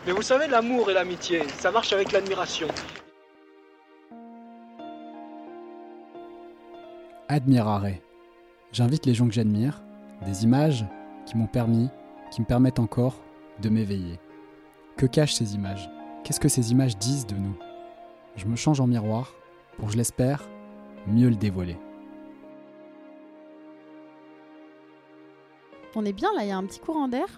Mais vous savez, l'amour et l'amitié, ça marche avec l'admiration. Admirare. J'invite les gens que j'admire, des images qui me permettent encore de m'éveiller. Que cachent ces images ? Qu'est-ce que ces images disent de nous ? Je me change en miroir pour, je l'espère, mieux le dévoiler. On est bien là, il y a un petit courant d'air.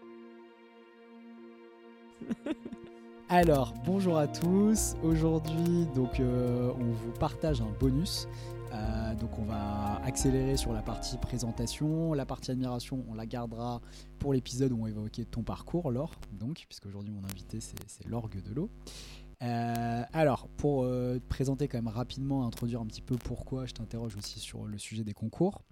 Alors, bonjour à tous. Aujourd'hui, on vous partage un bonus. Donc on va accélérer sur la partie présentation. La partie admiration, on la gardera pour l'épisode où on va évoquer ton parcours, Laure. Donc, puisque aujourd'hui mon invité c'est l'orgue de l'eau. Alors, pour te présenter quand même rapidement, introduire un petit peu pourquoi je t'interroge aussi sur le sujet des concours.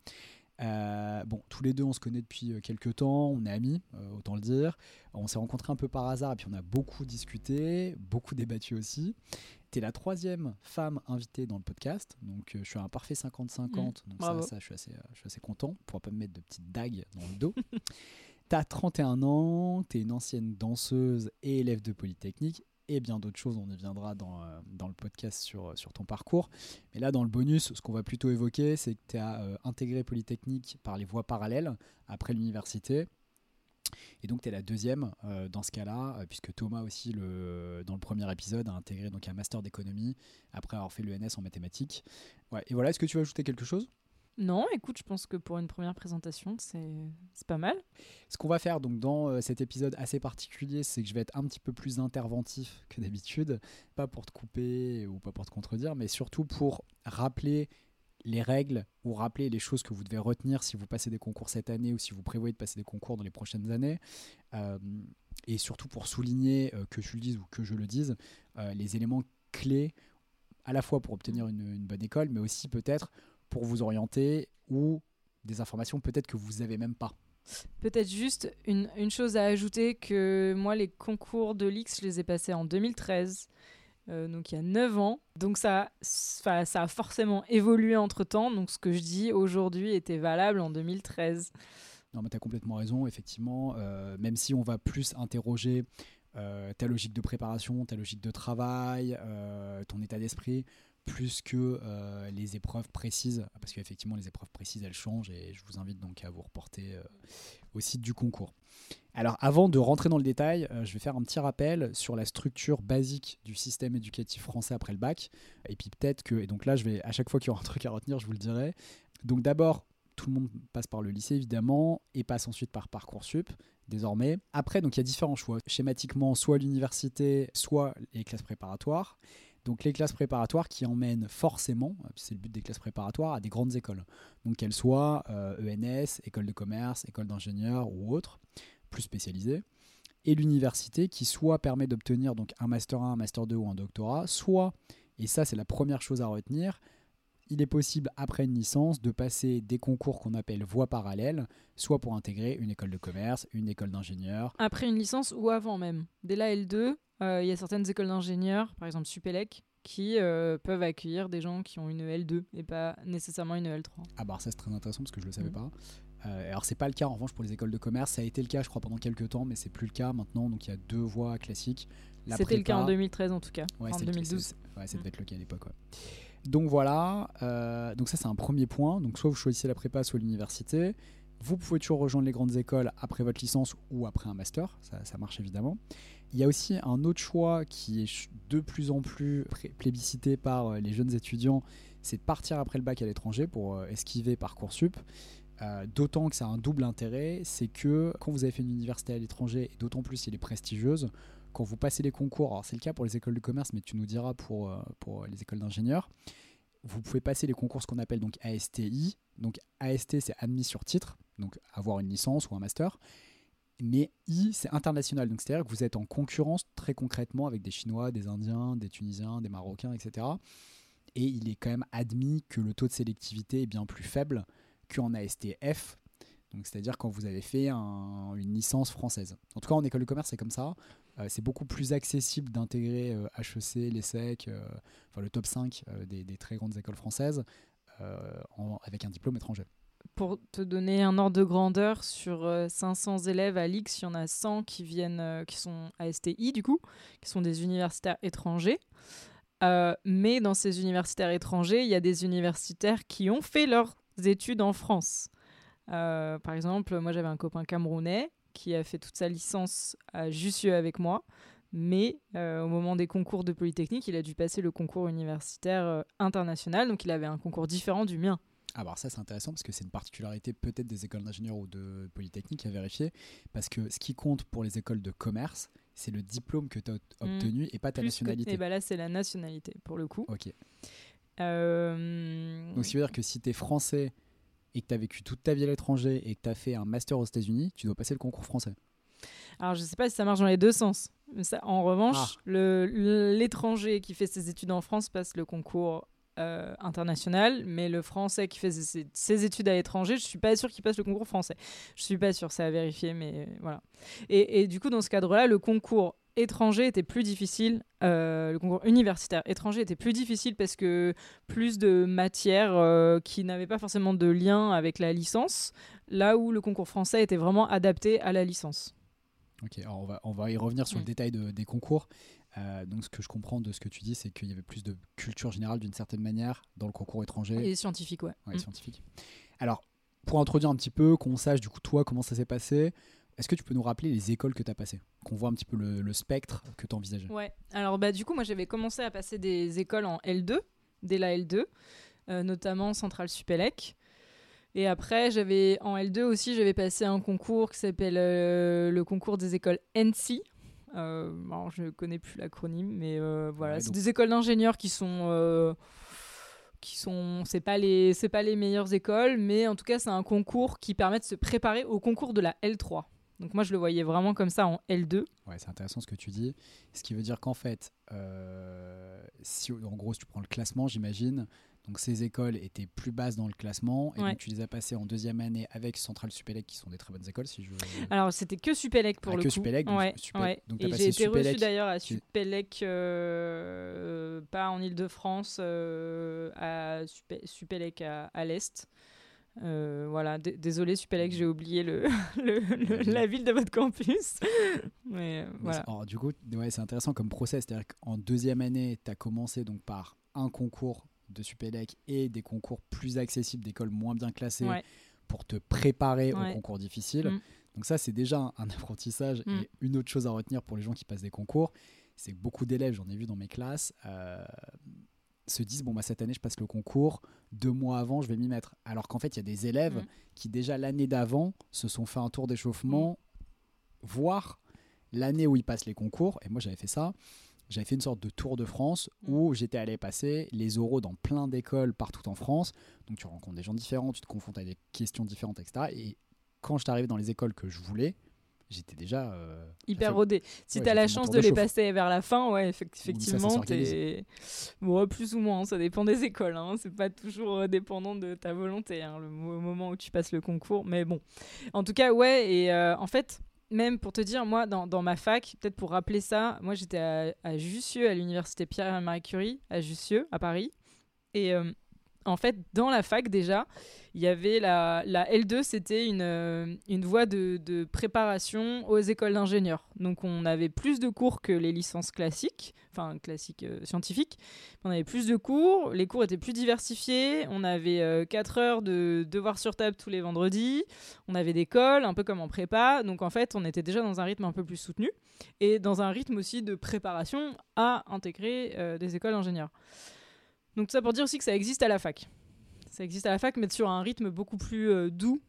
Tous les deux on se connaît depuis quelques temps, on est amis, autant le dire. On s'est rencontrés un peu par hasard et puis on a beaucoup discuté, beaucoup débattu aussi. T'es la troisième femme invitée dans le podcast, donc je suis un parfait 50-50, donc ça je suis assez content, on pourra pas me mettre de petites dagues dans le dos. T'as 31 ans, t'es une ancienne danseuse et élève de Polytechnique, et bien d'autres choses, on y viendra dans le podcast sur ton parcours. Mais là, dans le bonus, ce qu'on va plutôt évoquer, c'est que tu as intégré Polytechnique par les voies parallèles après l'université. Et donc, tu es la deuxième dans ce cas-là, puisque Thomas aussi, dans le premier épisode, a intégré donc, un master d'économie après avoir fait l'ENS en mathématiques. Ouais, et voilà, est-ce que tu veux ajouter quelque chose ? Non, écoute, je pense que pour une première présentation, c'est pas mal. Ce qu'on va faire donc dans cet épisode assez particulier, c'est que je vais être un petit peu plus interventif que d'habitude, pas pour te couper ou pas pour te contredire, mais surtout pour rappeler les règles ou rappeler les choses que vous devez retenir si vous passez des concours cette année ou si vous prévoyez de passer des concours dans les prochaines années. Et surtout pour souligner, que je le dise ou que je le dise, les éléments clés à la fois pour obtenir une bonne école, mais aussi peut-être pour vous orienter ou des informations peut-être que vous n'avez même pas. Peut-être juste une chose à ajouter, que moi, les concours de l'X, je les ai passés en 2013, donc il y a 9 ans. Donc ça a forcément évolué entre-temps. Donc ce que je dis aujourd'hui était valable en 2013. Non, mais tu as complètement raison, effectivement. Même si on va plus interroger ta logique de préparation, ta logique de travail, ton état d'esprit, plus que les épreuves précises, parce qu'effectivement les épreuves précises elles changent et je vous invite donc à vous reporter au site du concours. Alors avant de rentrer dans le détail, je vais faire un petit rappel sur la structure basique du système éducatif français après le bac, et puis peut-être que, et donc là je vais, à chaque fois qu'il y aura un truc à retenir je vous le dirai. Donc d'abord, tout le monde passe par le lycée évidemment et passe ensuite par Parcoursup désormais. Après, donc il y a différents choix. Schématiquement, soit l'université, soit les classes préparatoires. Donc les classes préparatoires qui emmènent forcément, c'est le but des classes préparatoires, à des grandes écoles. Donc qu'elles soient ENS, école de commerce, école d'ingénieur ou autres, plus spécialisées. Et l'université qui soit permet d'obtenir donc un master 1, un master 2 ou un doctorat, soit, et ça c'est la première chose à retenir, il est possible après une licence de passer des concours qu'on appelle voies parallèles, soit pour intégrer une école de commerce, une école d'ingénieur. Après une licence ou avant même. Dès la L2, il y a certaines écoles d'ingénieurs, par exemple Supélec, qui peuvent accueillir des gens qui ont une L2 et pas nécessairement une L3. Ah bah ça c'est très intéressant parce que je le savais pas. Alors c'est pas le cas en revanche pour les écoles de commerce, ça a été le cas je crois pendant quelques temps, mais c'est plus le cas maintenant, donc il y a deux voies classiques. C'était le cas en 2013 en tout cas, ouais, en 2012. Ça devait être le cas à l'époque, ouais. Donc voilà, donc ça c'est un premier point. Donc soit vous choisissez la prépa, soit l'université. Vous pouvez toujours rejoindre les grandes écoles après votre licence ou après un master, ça marche évidemment. Il y a aussi un autre choix qui est de plus en plus plébiscité par les jeunes étudiants, c'est de partir après le bac à l'étranger pour esquiver Parcoursup. D'autant que ça a un double intérêt, c'est que quand vous avez fait une université à l'étranger, et d'autant plus si elle est prestigieuse, quand vous passez les concours, alors c'est le cas pour les écoles de commerce, mais tu nous diras pour les écoles d'ingénieurs, vous pouvez passer les concours ce qu'on appelle donc ASTI. Donc AST c'est admis sur titre, donc avoir une licence ou un master. Mais I c'est international, donc c'est-à-dire que vous êtes en concurrence très concrètement avec des Chinois, des Indiens, des Tunisiens, des Marocains, etc. Et il est quand même admis que le taux de sélectivité est bien plus faible qu'en ASTF. Donc c'est-à-dire quand vous avez fait une licence française. En tout cas en école de commerce c'est comme ça. C'est beaucoup plus accessible d'intégrer HEC, l'ESSEC, le top 5 des très grandes écoles françaises avec un diplôme étranger. pour te donner un ordre de grandeur, sur 500 élèves à l'X, il y en a 100 qui sont à STI, du coup, qui sont des universitaires étrangers. Mais dans ces universitaires étrangers, il y a des universitaires qui ont fait leurs études en France. Par exemple, moi, j'avais un copain camerounais qui a fait toute sa licence à Jussieu avec moi. Mais au moment des concours de Polytechnique, il a dû passer le concours universitaire international. Donc, il avait un concours différent du mien. Alors ça c'est intéressant parce que c'est une particularité peut-être des écoles d'ingénieurs ou de Polytechnique à vérifier, parce que ce qui compte pour les écoles de commerce, c'est le diplôme que tu as obtenu et pas ta nationalité. Et bah là c'est la nationalité pour le coup. Ok. Donc ça veut dire que si tu es français et que tu as vécu toute ta vie à l'étranger et que tu as fait un master aux États-Unis, tu dois passer le concours français. Alors je sais pas si ça marche dans les deux sens. En revanche, l'étranger qui fait ses études en France passe le concours international, mais le français qui fait ses études à l'étranger, je suis pas sûre qu'il passe le concours français. Je suis pas sûre, c'est à vérifier, mais voilà. Et du coup, dans ce cadre-là, le concours étranger était plus difficile. Le concours universitaire étranger était plus difficile parce que plus de matières qui n'avaient pas forcément de lien avec la licence, là où le concours français était vraiment adapté à la licence. Ok, alors on va y revenir sur le détail des concours. Donc ce que je comprends de ce que tu dis, c'est qu'il y avait plus de culture générale d'une certaine manière dans le concours étranger. Et scientifique, ouais. Scientifique. Alors, pour introduire un petit peu, qu'on sache du coup toi comment ça s'est passé, est-ce que tu peux nous rappeler les écoles que tu as passées, qu'on voit un petit peu le spectre que tu envisageais? Ouais, alors du coup moi j'avais commencé à passer des écoles en L2, dès la L2, notamment Centrale Supélec. Et après, en L2 aussi, j'avais passé un concours qui s'appelle le concours des écoles ENSI. Alors, je ne connais plus l'acronyme, mais voilà, ouais, c'est des écoles d'ingénieurs qui sont c'est pas les meilleures écoles, mais en tout cas, c'est un concours qui permet de se préparer au concours de la L3. Donc moi, je le voyais vraiment comme ça en L2. Ouais, c'est intéressant ce que tu dis. Ce qui veut dire qu'en fait, si tu prends le classement, j'imagine, donc ces écoles étaient plus basses dans le classement, et donc tu les as passées en deuxième année avec Centrale Supélec, qui sont des très bonnes écoles. Alors c'était que Supélec pour le coup. Supélec, donc, ouais. Donc et j'ai été reçue d'ailleurs à Supélec, pas en Ile-de-France, à Supélec à l'Est. Voilà, désolé Supélec, j'ai oublié la ville de votre campus. Mais voilà. Alors, du coup, c'est intéressant comme process, c'est-à-dire qu'en deuxième année, tu as commencé donc par un concours de Supélec et des concours plus accessibles d'écoles moins bien classées pour te préparer aux concours difficiles. Donc ça, c'est déjà un apprentissage. Et une autre chose à retenir pour les gens qui passent des concours, c'est que beaucoup d'élèves, j'en ai vu dans mes classes, se disent cette année je passe le concours, 2 mois avant je vais m'y mettre, alors qu'en fait il y a des élèves qui déjà l'année d'avant se sont fait un tour d'échauffement, voire l'année où ils passent les concours. Et moi j'avais fait ça, j'avais fait une sorte de tour de France où j'étais allé passer les oraux dans plein d'écoles partout en France. Donc tu rencontres des gens différents, tu te confrontes à des questions différentes, etc. Et quand je suis arrivé dans les écoles que je voulais, j'étais déjà hyper rodé. Si tu as la chance de les passer vers la fin, effectivement, t'es plus ou moins, ça dépend des écoles. Hein. C'est pas toujours dépendant de ta volonté, au moment où tu passes le concours. Mais bon, en tout cas, et en fait, même pour te dire, moi, dans ma fac, peut-être pour rappeler ça, moi j'étais à Jussieu, à l'université Pierre et Marie Curie, à Jussieu, à Paris. Et en fait, dans la fac, déjà, il y avait la L2, c'était une voie de préparation aux écoles d'ingénieurs. Donc, on avait plus de cours que les licences classiques, scientifiques. On avait plus de cours, les cours étaient plus diversifiés. On avait 4 heures de devoirs sur table tous les vendredis. On avait des cols, un peu comme en prépa. Donc, en fait, on était déjà dans un rythme un peu plus soutenu et dans un rythme aussi de préparation à intégrer des écoles d'ingénieurs. Donc tout ça pour dire aussi que ça existe à la fac. Ça existe à la fac, mais sur un rythme beaucoup plus doux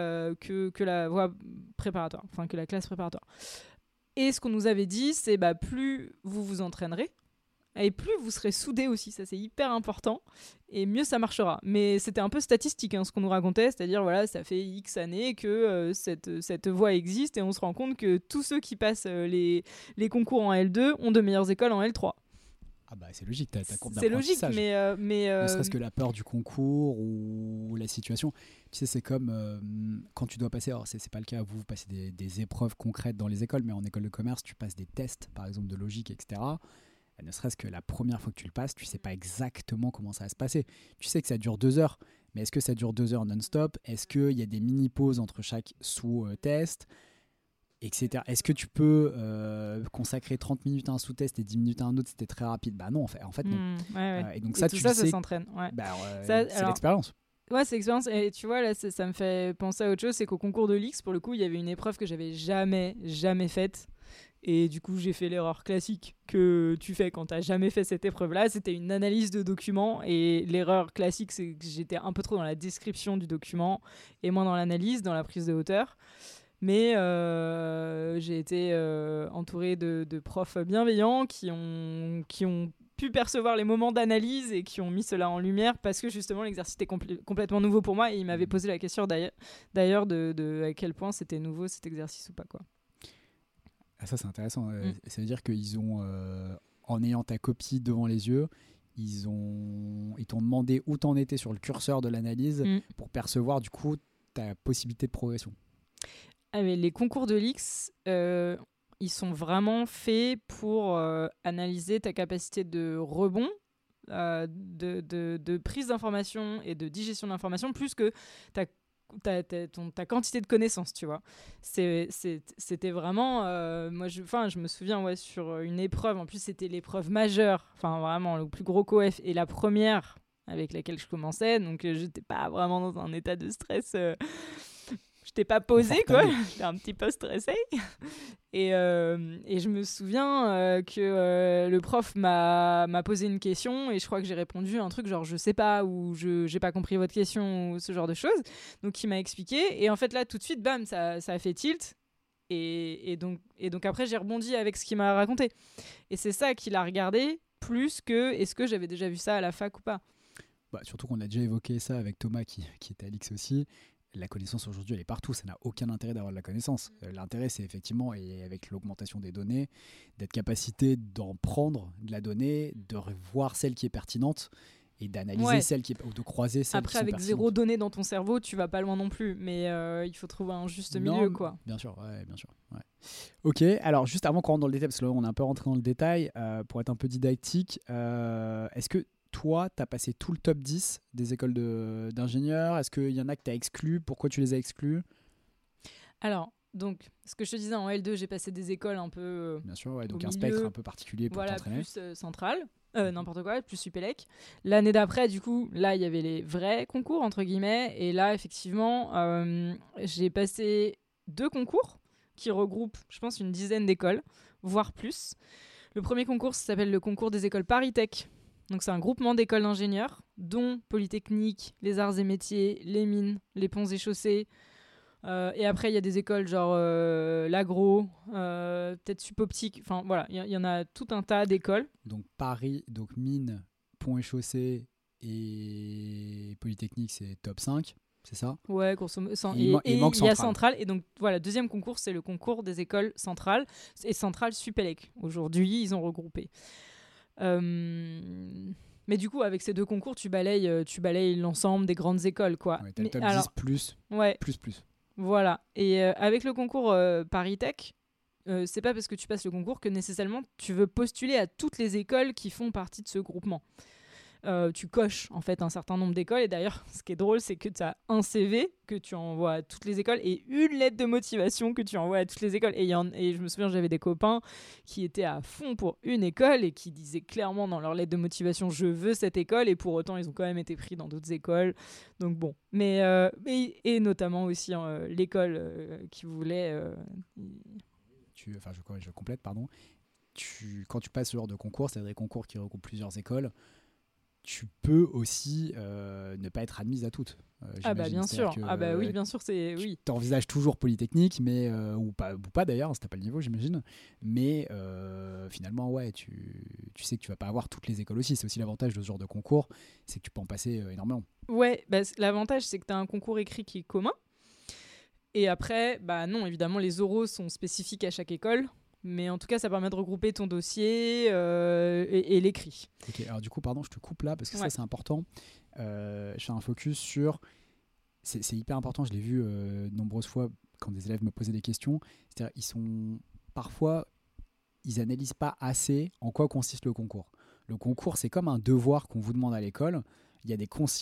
que la voie préparatoire, que la classe préparatoire. Et ce qu'on nous avait dit, c'est plus vous vous entraînerez, et plus vous serez soudés aussi. Ça, c'est hyper important, et mieux ça marchera. Mais c'était un peu statistique, ce qu'on nous racontait, c'est-à-dire, ça fait X années que cette voie existe, et on se rend compte que tous ceux qui passent les concours en L2 ont de meilleures écoles en L3. C'est logique, t'as courbe d'apprentissage. C'est logique, mais ne serait-ce que la peur du concours ou la situation. Tu sais, c'est comme quand tu dois passer, alors c'est pas le cas, vous passez des épreuves concrètes dans les écoles, mais en école de commerce, tu passes des tests, par exemple de logique, etc. Et ne serait-ce que la première fois que tu le passes, tu sais pas exactement comment ça va se passer. Tu sais que ça dure 2 heures, mais est-ce que ça dure 2 heures non-stop? Est-ce qu'il y a des mini-pauses entre chaque sous-test, etc. Est-ce que tu peux consacrer 30 minutes à un sous-test et 10 minutes à un autre, c'était très rapide? Bah non, en fait non. Ouais. Et donc Et ça, tout tu ça, le ça sais. s'entraîne. Ouais. C'est alors, l'expérience. Ouais, c'est l'expérience. Et tu vois, là, ça me fait penser à autre chose. C'est qu'au concours de l'X, pour le coup, il y avait une épreuve que j'avais jamais faite. Et du coup, j'ai fait l'erreur classique que tu fais quand tu n'as jamais fait cette épreuve-là. C'était une analyse de document. Et l'erreur classique, c'est que j'étais un peu trop dans la description du document et moins dans l'analyse, dans la prise de hauteur. Mais j'ai été entourée de profs bienveillants qui ont pu percevoir les moments d'analyse et qui ont mis cela en lumière parce que justement l'exercice était complètement nouveau pour moi et ils m'avaient posé la question d'ailleurs de à quel point c'était nouveau cet exercice ou pas, quoi. Ah, ça c'est intéressant. Ça veut dire qu'ils ont, en ayant ta copie devant les yeux, ils t'ont demandé où t'en étais sur le curseur de l'analyse pour percevoir du coup ta possibilité de progression. Ah, mais les concours de l'X, ils sont vraiment faits pour analyser ta capacité de rebond, de prise d'information et de digestion d'information, plus que ta quantité de connaissances, tu vois. C'était vraiment... je me souviens, sur une épreuve, en plus c'était l'épreuve majeure, enfin vraiment le plus gros coef, et la première avec laquelle je commençais, donc j'étais pas vraiment dans un état de stress... Je t'ai pas posé, quoi. J'étais un petit peu stressée. Et je me souviens que le prof m'a posé une question et je crois que j'ai répondu un truc genre je sais pas ou j'ai pas compris votre question ou ce genre de choses. Donc il m'a expliqué et en fait là tout de suite bam ça a fait tilt et donc après j'ai rebondi avec ce qu'il m'a raconté. Et c'est ça qu'il a regardé plus que est-ce que j'avais déjà vu ça à la fac ou pas. Surtout qu'on a déjà évoqué ça avec Thomas qui était à l'X aussi. La connaissance aujourd'hui elle est partout, ça n'a aucun intérêt d'avoir de la connaissance. L'intérêt c'est effectivement, et avec l'augmentation des données, d'être capacité d'en prendre de la donnée, de voir celle qui est pertinente et d'analyser celle qui est, ou de croiser celles après, qui sont avec pertinentes. zéro donnée dans ton cerveau, tu vas pas loin non plus, mais il faut trouver un juste milieu, quoi. Bien sûr, bien sûr. Ouais. Ok, alors juste avant qu'on rentre dans le détail, parce que là on est un peu rentré dans le détail, pour être un peu didactique, est-ce que toi, tu as passé tout le top 10 des écoles d'ingénieurs? Est-ce qu'il y en a que tu as exclus? Pourquoi tu les as exclus? Alors, donc, ce que je te disais, en L2, j'ai passé des écoles un peu... Bien sûr, donc un spectre un peu particulier pour t'entraîner. Plus central, n'importe quoi, plus Supélec. L'année d'après, du coup, là, il y avait les vrais concours, entre guillemets. Et là, effectivement, j'ai passé 2 concours qui regroupent, je pense, une dizaine d'écoles, voire plus. Le premier concours, ça s'appelle le concours des écoles Paris Tech. Donc c'est un groupement d'écoles d'ingénieurs, dont Polytechnique, les arts et métiers, les mines, les ponts et chaussées. Et après, il y a des écoles genre l'agro, peut-être Supoptique. Enfin voilà, il y en a tout un tas d'écoles. Donc Paris, donc mines, ponts et chaussées et Polytechnique, c'est top 5, c'est ça? Ouais, grosso modo. Il y a Centrale. Et donc voilà, deuxième concours, c'est le concours des écoles centrales. Et Centrale Supélec. Aujourd'hui, ils ont regroupé. Mais du coup, avec ces 2 concours, tu balayes l'ensemble des grandes écoles, quoi. Ouais, t'as le top 10 plus, plus. Voilà. Et avec le concours Paris Tech, c'est pas parce que tu passes le concours que nécessairement tu veux postuler à toutes les écoles qui font partie de ce groupement. Tu coches en fait un certain nombre d'écoles et d'ailleurs ce qui est drôle c'est que tu as un CV que tu envoies à toutes les écoles et une lettre de motivation que tu envoies à toutes les écoles et je me souviens j'avais des copains qui étaient à fond pour une école et qui disaient clairement dans leur lettre de motivation je veux cette école et pour autant ils ont quand même été pris dans d'autres écoles donc bon et notamment aussi l'école qui voulait je complète pardon quand tu passes ce genre de concours, c'est des concours qui regroupent plusieurs écoles, tu peux aussi ne pas être admise à toutes. Ah bah bien sûr. Ah bah oui, bien sûr, c'est oui. Tu envisages toujours Polytechnique, mais ou pas d'ailleurs, si t'as pas le niveau, j'imagine. Mais finalement, ouais, tu sais que tu vas pas avoir toutes les écoles aussi. C'est aussi l'avantage de ce genre de concours, c'est que tu peux en passer énormément. Ouais, bah, l'avantage c'est que tu as un concours écrit qui est commun. Et après, bah non, évidemment, les oraux sont spécifiques à chaque école. Mais en tout cas, ça permet de regrouper ton dossier et l'écrit. Ok, alors du coup, pardon, je te coupe là parce que ça, c'est important. Je fais un focus sur... C'est hyper important, je l'ai vu de nombreuses fois quand des élèves me posaient des questions. C'est-à-dire, parfois, ils n'analysent pas assez en quoi consiste le concours. Le concours, c'est comme un devoir qu'on vous demande à l'école. Il y a des consignes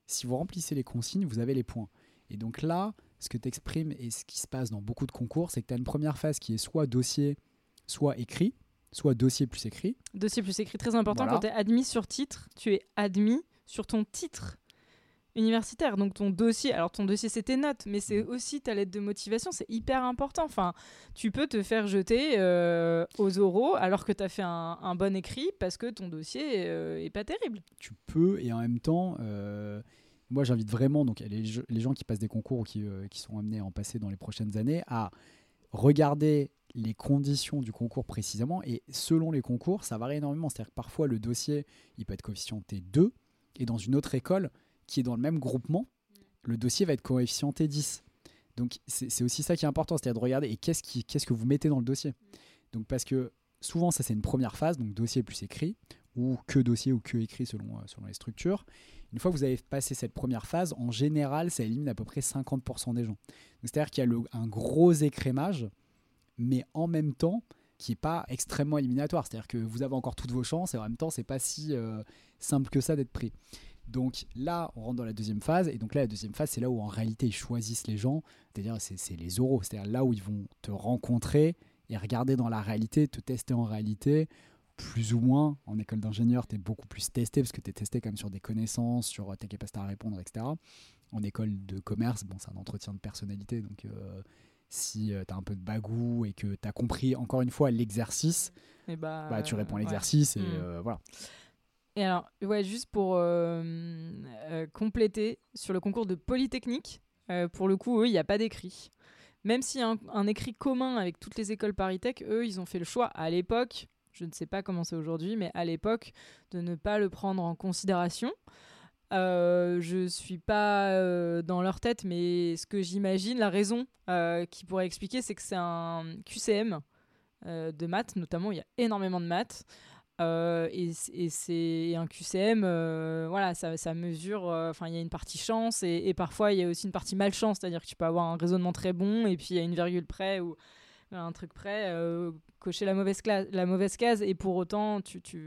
Si vous remplissez les consignes, vous avez les points. Et donc là, ce que tu exprimes et ce qui se passe dans beaucoup de concours, c'est que tu as une première phase qui est soit dossier, soit écrit, soit dossier plus écrit. Dossier plus écrit, très important. Voilà. Quand tu es admis sur titre, tu es admis sur ton titre universitaire. Donc ton dossier, alors ton dossier c'est tes notes, mais c'est aussi ta lettre de motivation, c'est hyper important. Enfin, tu peux te faire jeter aux oraux alors que tu as fait un bon écrit parce que ton dossier est pas terrible. Tu peux, et en même temps, moi j'invite vraiment donc, les gens qui passent des concours ou qui sont amenés à en passer dans les prochaines années à regarder les conditions du concours précisément, et selon les concours, ça varie énormément. C'est-à-dire que parfois le dossier, il peut être coefficienté 2, et dans une autre école qui est dans le même groupement, le dossier va être coefficienté 10. Donc c'est aussi ça qui est important, c'est-à-dire de regarder et qu'est-ce que vous mettez dans le dossier. Donc parce que souvent ça c'est une première phase, donc dossier plus écrit, ou que dossier ou que écrit selon les structures. Une fois que vous avez passé cette première phase, en général ça élimine à peu près 50% des gens. Donc, c'est-à-dire qu'il y a un gros écrémage, mais en même temps qui n'est pas extrêmement éliminatoire. C'est-à-dire que vous avez encore toutes vos chances et en même temps c'est pas si simple que ça d'être pris. Donc là, on rentre dans la deuxième phase. Et donc là, la deuxième phase, c'est là où en réalité, ils choisissent les gens. C'est-à-dire, c'est les oraux. C'est-à-dire là où ils vont te rencontrer et regarder dans la réalité, te tester en réalité. Plus ou moins, en école d'ingénieur, tu es beaucoup plus testé parce que tu es testé comme sur des connaissances, sur ta capacité à répondre, etc. En école de commerce, bon, c'est un entretien de personnalité. Donc si tu as un peu de bagou et que tu as compris, encore une fois, l'exercice, tu réponds à l'exercice et voilà. Et alors, juste pour compléter, sur le concours de Polytechnique, pour le coup, eux, il n'y a pas d'écrit. Même s'il y a un écrit commun avec toutes les écoles Paris-Tech, eux, ils ont fait le choix à l'époque, je ne sais pas comment c'est aujourd'hui, mais à l'époque, de ne pas le prendre en considération. Je ne suis pas dans leur tête, mais ce que j'imagine, la raison qui pourrait expliquer, c'est que c'est un QCM de maths, notamment, il y a énormément de maths. Et c'est un QCM, voilà, ça mesure, il y a une partie chance et parfois il y a aussi une partie malchance, c'est-à-dire que tu peux avoir un raisonnement très bon et puis il y a une virgule près ou un truc près, cocher la mauvaise case et pour autant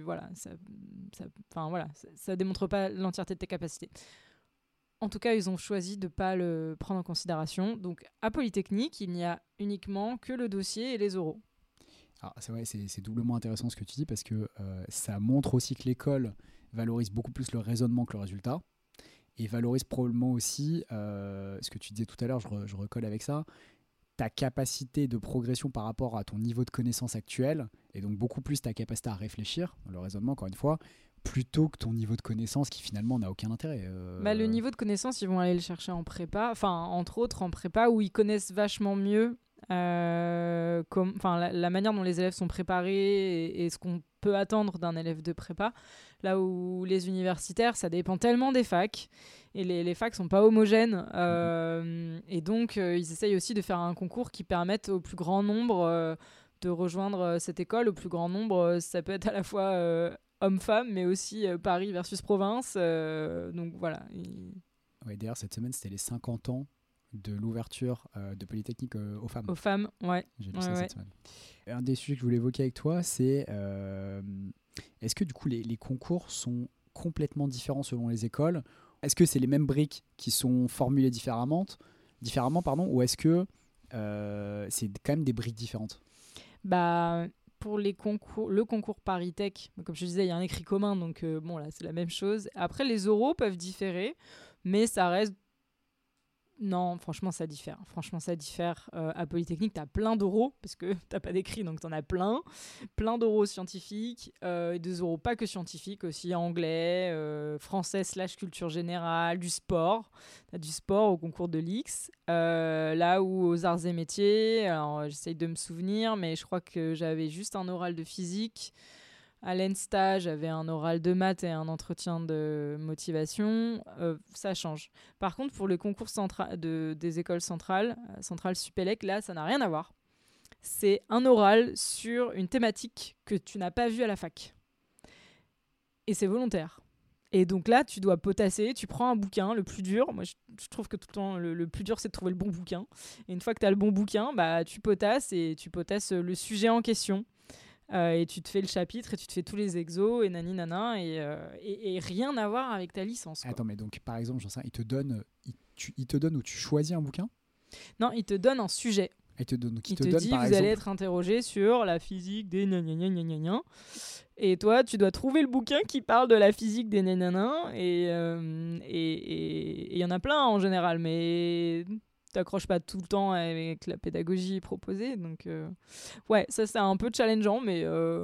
ça démontre pas l'entièreté de tes capacités. En tout cas, ils ont choisi de ne pas le prendre en considération. Donc à Polytechnique, il n'y a uniquement que le dossier et les oraux. Alors, c'est vrai, c'est doublement intéressant ce que tu dis parce que ça montre aussi que l'école valorise beaucoup plus le raisonnement que le résultat et valorise probablement aussi, ce que tu disais tout à l'heure, je recolle avec ça, ta capacité de progression par rapport à ton niveau de connaissance actuel et donc beaucoup plus ta capacité à réfléchir, le raisonnement encore une fois, plutôt que ton niveau de connaissance qui finalement n'a aucun intérêt. Le niveau de connaissance, ils vont aller le chercher en prépa, entre autres en prépa où ils connaissent vachement mieux la manière dont les élèves sont préparés et ce qu'on peut attendre d'un élève de prépa, là où les universitaires ça dépend tellement des facs et les facs sont pas homogènes et donc ils essayent aussi de faire un concours qui permette au plus grand nombre de rejoindre cette école. Au plus grand nombre, ça peut être à la fois homme-femme mais aussi Paris versus province, donc voilà. Ouais, d'ailleurs cette semaine c'était les 50 ans de l'ouverture de Polytechnique aux femmes. Aux femmes, ouais. J'ai lu ça cette semaine. Un des sujets que je voulais évoquer avec toi, c'est est-ce que du coup les concours sont complètement différents selon les écoles ? Est-ce que c'est les mêmes briques qui sont formulées différemment, ou est-ce que c'est quand même des briques différentes ? Pour les concours, le concours Paris-Tech, comme je disais, il y a un écrit commun, donc là c'est la même chose. Après, les oraux peuvent différer, mais ça reste. Non, franchement, ça diffère. À Polytechnique, tu as plein d'oraux, parce que tu n'as pas d'écrit, donc tu en as plein. Plein d'oraux scientifiques, et des oraux pas que scientifiques, aussi anglais, français / culture générale, du sport. Tu as du sport au concours de l'X. Là où aux arts et métiers, alors j'essaye de me souvenir, mais je crois que j'avais juste un oral de physique. À l'ENSTA, j'avais un oral de maths et un entretien de motivation. Ça change. Par contre, pour le concours des écoles centrales Supélec, là, ça n'a rien à voir. C'est un oral sur une thématique que tu n'as pas vue à la fac. Et c'est volontaire. Et donc là, tu dois potasser, tu prends un bouquin, le plus dur. Moi, je trouve que tout le temps, le plus dur, c'est de trouver le bon bouquin. Et une fois que tu as le bon bouquin, tu potasses et tu potasses le sujet en question. et tu te fais le chapitre et tu te fais tous les exos et nani nana et rien à voir avec ta licence, quoi. Attends, mais donc par exemple, j'en sais rien, il te donne où tu choisis un bouquin. Non, il te donne un sujet. Il te donne, donc Il te te donne dit, par vous exemple. allez être interrogé sur la physique des gna. Et toi, tu dois trouver le bouquin qui parle de la physique des gna. Et il y en a plein en général, mais t'accroches pas tout le temps avec la pédagogie proposée. Donc, ouais, ça c'est un peu challengeant, mais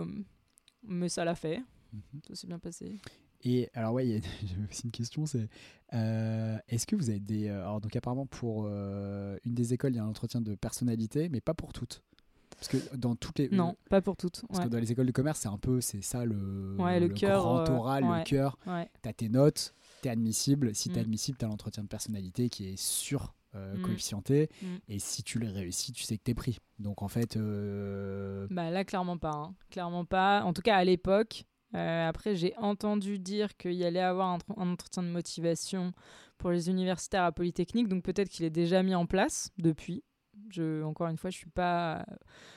ça l'a fait. Ça s'est bien passé. Et alors ouais, j'avais aussi une question, c'est est-ce que vous avez des... alors donc apparemment pour une des écoles, il y a un entretien de personnalité, mais pas pour toutes. Parce que dans toutes les... Non, pas pour toutes. Parce Ouais. que dans les écoles de commerce, c'est ça le cœur, grand oral, ouais. le cœur. Ouais. T'as tes notes, t'es admissible. Si t'es admissible, t'as l'entretien de personnalité qui est coefficienté. Et si tu le réussis, tu sais que t'es pris. Donc en fait... Bah là, clairement pas. Hein. Clairement pas. En tout cas, à l'époque... après, j'ai entendu dire qu'il y allait avoir un entretien de motivation pour les universitaires à Polytechnique, donc peut-être qu'il est déjà mis en place depuis. Encore une fois, je suis pas...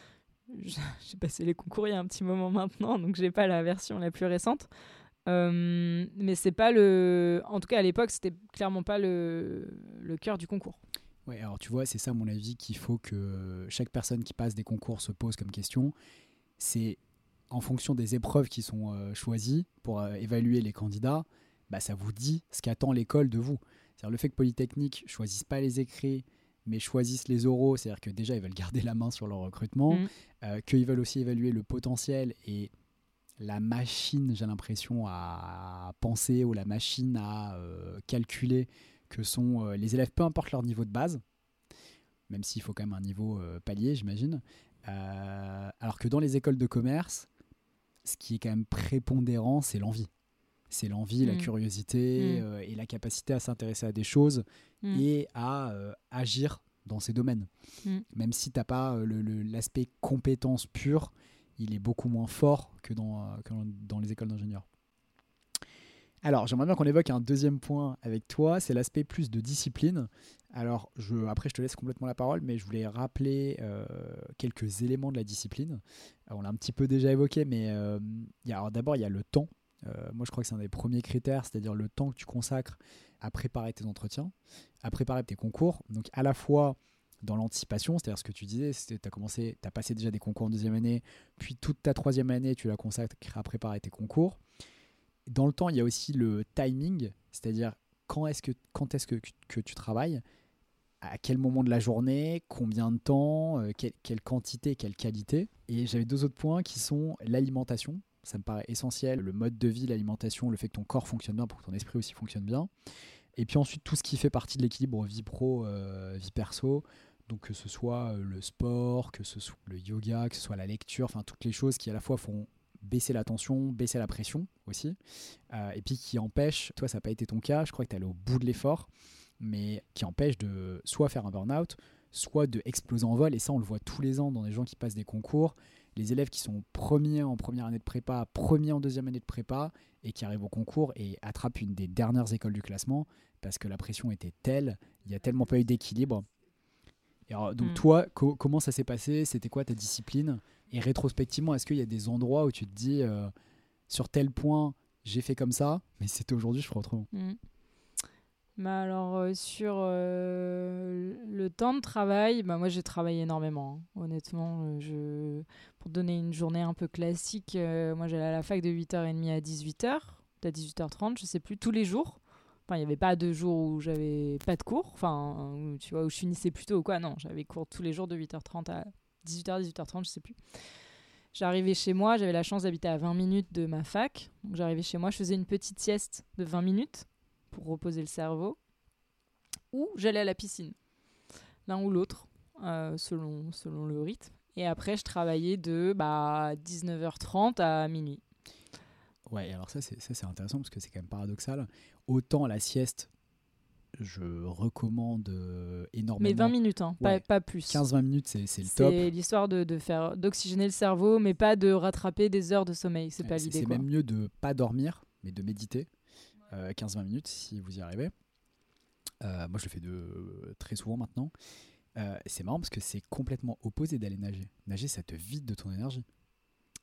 J'ai passé les concours il y a un petit moment maintenant, donc j'ai pas la version la plus récente. Mais c'est pas le... En tout cas, à l'époque, c'était clairement pas le cœur du concours. Ouais, alors tu vois, c'est ça, à mon avis, qu'il faut que chaque personne qui passe des concours se pose comme question. C'est... en fonction des épreuves qui sont choisies pour évaluer les candidats, bah, ça vous dit ce qu'attend l'école de vous. C'est-à-dire le fait que Polytechnique ne choisisse pas les écrits, mais choisissent les oraux, c'est-à-dire que déjà, ils veulent garder la main sur leur recrutement, qu'ils veulent aussi évaluer le potentiel et la machine, j'ai l'impression, à penser ou la machine à calculer que sont les élèves, peu importe leur niveau de base, même s'il faut quand même un niveau palier, j'imagine. Alors que dans les écoles de commerce, ce qui est quand même prépondérant, c'est l'envie. C'est l'envie, la curiosité et la capacité à s'intéresser à des choses et à agir dans ces domaines. Même si tu n'as pas l'aspect compétence pure, il est beaucoup moins fort que dans les écoles d'ingénieurs. Alors, j'aimerais bien qu'on évoque un deuxième point avec toi, c'est l'aspect plus de discipline. Alors, après, je te laisse complètement la parole, mais je voulais rappeler quelques éléments de la discipline. Alors, on l'a un petit peu déjà évoqué, mais d'abord, il y a le temps. Moi, je crois que c'est un des premiers critères, c'est-à-dire le temps que tu consacres à préparer tes entretiens, à préparer tes concours. Donc, à la fois dans l'anticipation, c'est-à-dire ce que tu disais, tu as passé déjà des concours en deuxième année, puis toute ta troisième année, tu la consacres à préparer tes concours. Dans le temps, il y a aussi le timing, c'est-à-dire quand est-ce que tu travailles, à quel moment de la journée, combien de temps, quelle quantité, quelle qualité. Et j'avais deux autres points qui sont l'alimentation. Ça me paraît essentiel, le mode de vie, l'alimentation, le fait que ton corps fonctionne bien pour que ton esprit aussi fonctionne bien. Et puis ensuite, tout ce qui fait partie de l'équilibre vie pro, vie perso. Donc que ce soit le sport, que ce soit le yoga, que ce soit la lecture, enfin toutes les choses qui à la fois font baisser la tension, baisser la pression aussi, et puis qui empêche, toi ça n'a pas été ton cas, je crois que tu es allé au bout de l'effort, mais qui empêche de soit faire un burn-out, soit de exploser en vol, et ça on le voit tous les ans dans les gens qui passent des concours, les élèves qui sont premiers en première année de prépa, premiers en deuxième année de prépa, et qui arrivent au concours et attrapent une des dernières écoles du classement, parce que la pression était telle, il n'y a tellement pas eu d'équilibre. Et alors, donc toi, comment ça s'est passé? C'était quoi ta discipline? Et rétrospectivement, est-ce qu'il y a des endroits où tu te dis sur tel point, j'ai fait comme ça, mais c'était aujourd'hui, je ferai autrement? Bah alors, sur le temps de travail, bah moi j'ai travaillé énormément. Hein. Honnêtement, pour donner une journée un peu classique, moi j'allais à la fac de 8h30 à 18h, à 18h30, je sais plus, tous les jours. Enfin, il n'y avait pas de jour où j'avais pas de cours, enfin, tu vois, où je finissais plus tôt ou quoi. Non, j'avais cours tous les jours de 8h30 à 18h, 18h30, je sais plus. J'arrivais chez moi, j'avais la chance d'habiter à 20 minutes de ma fac. Donc j'arrivais chez moi, je faisais une petite sieste de 20 minutes pour reposer le cerveau. Ou j'allais à la piscine. L'un ou l'autre, selon le rythme. Et après, je travaillais de 19h30 à minuit. Ouais, alors ça c'est intéressant parce que c'est quand même paradoxal. Autant la sieste, je recommande énormément. Mais 20 minutes, hein, ouais, pas plus. 15-20 minutes, c'est le top. C'est l'histoire d'oxygéner le cerveau, mais pas de rattraper des heures de sommeil. C'est pas l'idée. C'est même mieux de ne pas dormir, mais de méditer. 15-20 minutes si vous y arrivez. Moi, je le fais très souvent maintenant. C'est marrant parce que c'est complètement opposé d'aller nager. Nager, ça te vide de ton énergie.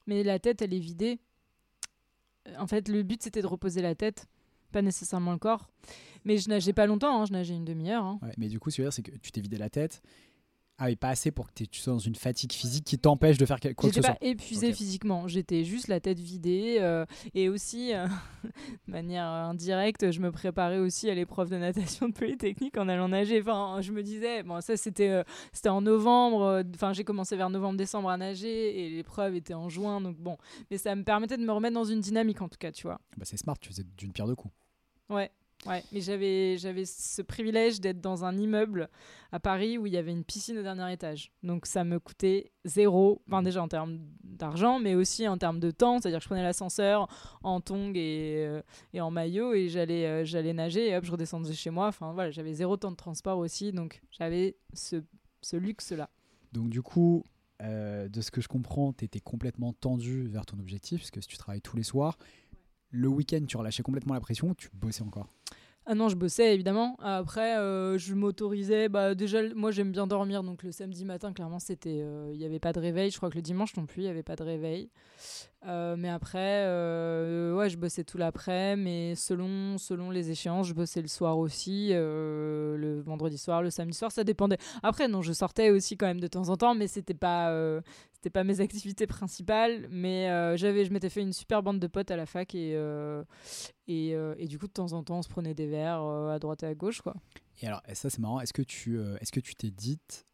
Mais la tête, elle est vidée. En fait, le but, c'était de reposer la tête, pas nécessairement le corps. Mais je nageais pas longtemps, hein, je nageais une demi-heure. Hein. Ouais, mais du coup, ce que je veux dire, c'est que tu t'es vidé la tête. Ah oui, pas assez pour que tu sois dans une fatigue physique qui t'empêche de faire quoi que ce J'étais soit. pas épuisée physiquement, j'étais juste la tête vidée. Et aussi, de manière indirecte, je me préparais aussi à l'épreuve de natation de Polytechnique en allant nager. Enfin, je me disais, bon, ça c'était en novembre. Enfin, j'ai commencé vers novembre-décembre à nager et l'épreuve était en juin. Donc bon, mais ça me permettait de me remettre dans une dynamique en tout cas, tu vois. Bah, c'est smart, tu faisais d'une pierre deux coups. Ouais, mais j'avais ce privilège d'être dans un immeuble à Paris où il y avait une piscine au dernier étage. Donc ça me coûtait zéro, enfin déjà en termes d'argent, mais aussi en termes de temps. C'est-à-dire que je prenais l'ascenseur en tongs et en maillot et j'allais nager et hop, je redescendais chez moi. Enfin voilà, j'avais zéro temps de transport aussi, donc j'avais ce luxe-là. Donc du coup, de ce que je comprends, tu étais complètement tendu vers ton objectif, parce que si tu travailles tous les soirs, le week-end, tu relâchais complètement la pression ou tu bossais encore ? Ah non, je bossais évidemment. Après, je m'autorisais. Bah, déjà, moi j'aime bien dormir, donc le samedi matin, clairement, il n'y avait pas de réveil. Je crois que le dimanche non plus, il n'y avait pas de réveil. Mais après, ouais, je bossais tout l'après, mais selon les échéances, je bossais le soir aussi, le vendredi soir, le samedi soir, ça dépendait. Après, non, je sortais aussi quand même de temps en temps, mais c'était pas mes activités principales. Mais je m'étais fait une super bande de potes à la fac et du coup, de temps en temps, on se prenait des verres à droite et à gauche, quoi. Et alors, ça c'est marrant, est-ce que tu t'es dite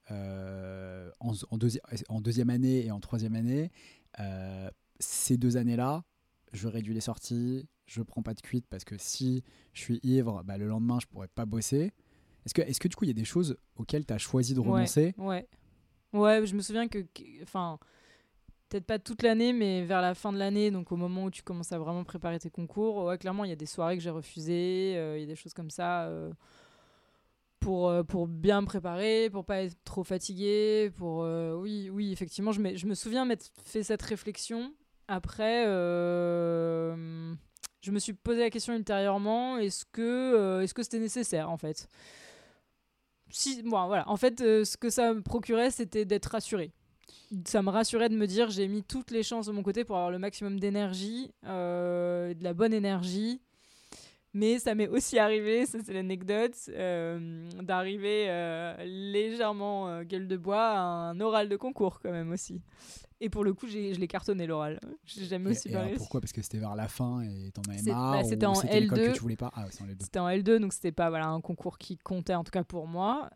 en deuxième année et en troisième année, ces 2 années-là, je réduis les sorties, je prends pas de cuite parce que si je suis ivre, bah, le lendemain je pourrais pas bosser. Est-ce que du coup il y a des choses auxquelles tu as choisi de renoncer ? Ouais, je me souviens enfin, peut-être pas toute l'année, mais vers la fin de l'année, donc au moment où tu commences à vraiment préparer tes concours, ouais, clairement il y a des soirées que j'ai refusées, il y a des choses comme ça. Pour bien me préparer, pour pas être trop fatiguée, oui, effectivement, je me souviens m'être fait cette réflexion. Après, je me suis posé la question ultérieurement, est-ce que c'était nécessaire en fait ? Bon, voilà. En fait, ce que ça me procurait, c'était d'être rassurée. Ça me rassurait de me dire j'ai mis toutes les chances de mon côté pour avoir le maximum d'énergie, de la bonne énergie. Mais ça m'est aussi arrivé, ça c'est l'anecdote, d'arriver légèrement gueule de bois à un oral de concours quand même aussi. Et pour le coup, je l'ai cartonné l'oral. J'ai jamais aussi bien réussi. Pourquoi ? Parce que c'était vers la fin et t'en avais C'était marre, c'était ou en c'était l'école L2. que tu voulais pas ? Ah, c'est en L2. C'était en L2, donc c'était pas un concours qui comptait, en tout cas pour moi.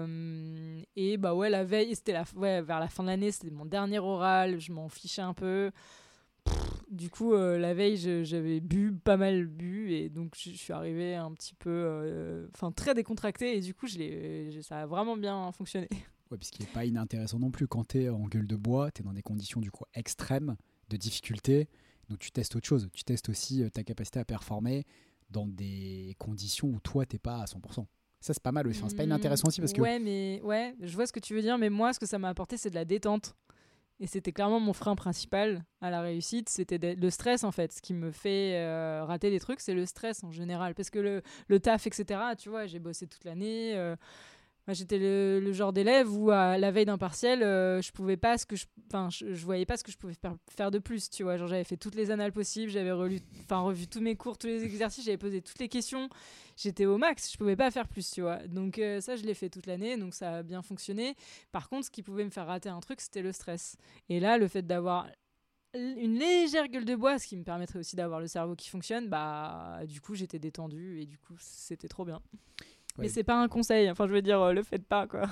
Et bah ouais, la veille, vers la fin de l'année, c'était mon dernier oral, je m'en fichais un peu. Du coup, la veille, j'avais pas mal bu, et donc je suis arrivée un petit peu, très décontractée, et du coup, ça a vraiment bien fonctionné. Ouais, puis ce qui n'est pas inintéressant non plus, quand t'es en gueule de bois, t'es dans des conditions du coup extrêmes de difficulté, donc tu testes autre chose, tu testes aussi ta capacité à performer dans des conditions où toi t'es pas à 100%. Ça c'est pas mal aussi, c'est pas inintéressant aussi parce que... Ouais, je vois ce que tu veux dire, mais moi ce que ça m'a apporté c'est de la détente. Et c'était clairement mon frein principal à la réussite, c'était le stress en fait. Ce qui me fait rater des trucs, c'est le stress en général. Parce que le taf, etc., tu vois, j'ai bossé toute l'année. Moi, j'étais le genre d'élève où à la veille d'un partiel, je pouvais pas je voyais pas ce que je pouvais faire de plus, tu vois. Genre j'avais fait toutes les annales possibles, j'avais revu tous mes cours, tous les exercices, j'avais posé toutes les questions. J'étais au max, je pouvais pas faire plus, tu vois. Donc ça, je l'ai fait toute l'année, donc ça a bien fonctionné. Par contre, ce qui pouvait me faire rater un truc, c'était le stress. Et là, le fait d'avoir une légère gueule de bois, ce qui me permettrait aussi d'avoir le cerveau qui fonctionne, bah du coup, j'étais détendue et du coup, c'était trop bien. Ouais. Mais c'est pas un conseil, enfin je veux dire, le faites pas quoi.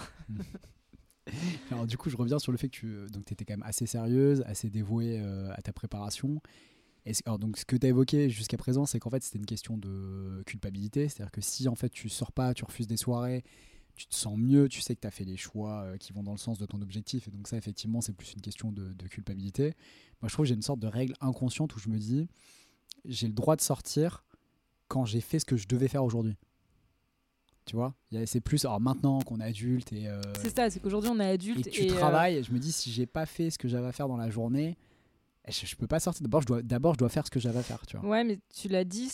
Alors du coup je reviens sur le fait que tu étais quand même assez sérieuse, assez dévouée à ta préparation. Alors, donc ce que tu as évoqué jusqu'à présent, c'est qu'en fait c'était une question de culpabilité, c'est-à-dire que si en fait tu sors pas, tu refuses des soirées, tu te sens mieux, tu sais que tu as fait les choix qui vont dans le sens de ton objectif, et donc ça effectivement c'est plus une question de culpabilité. Moi je trouve que j'ai une sorte de règle inconsciente où je me dis j'ai le droit de sortir quand j'ai fait ce que je devais faire aujourd'hui. Tu vois, c'est plus alors maintenant qu'on est adulte et c'est ça, c'est qu'aujourd'hui on est adulte et que tu travailles, et je me dis si j'ai pas fait ce que j'avais à faire dans la journée, je peux pas sortir. D'abord je dois faire ce que j'avais à faire, tu vois. Ouais, mais tu l'as dit,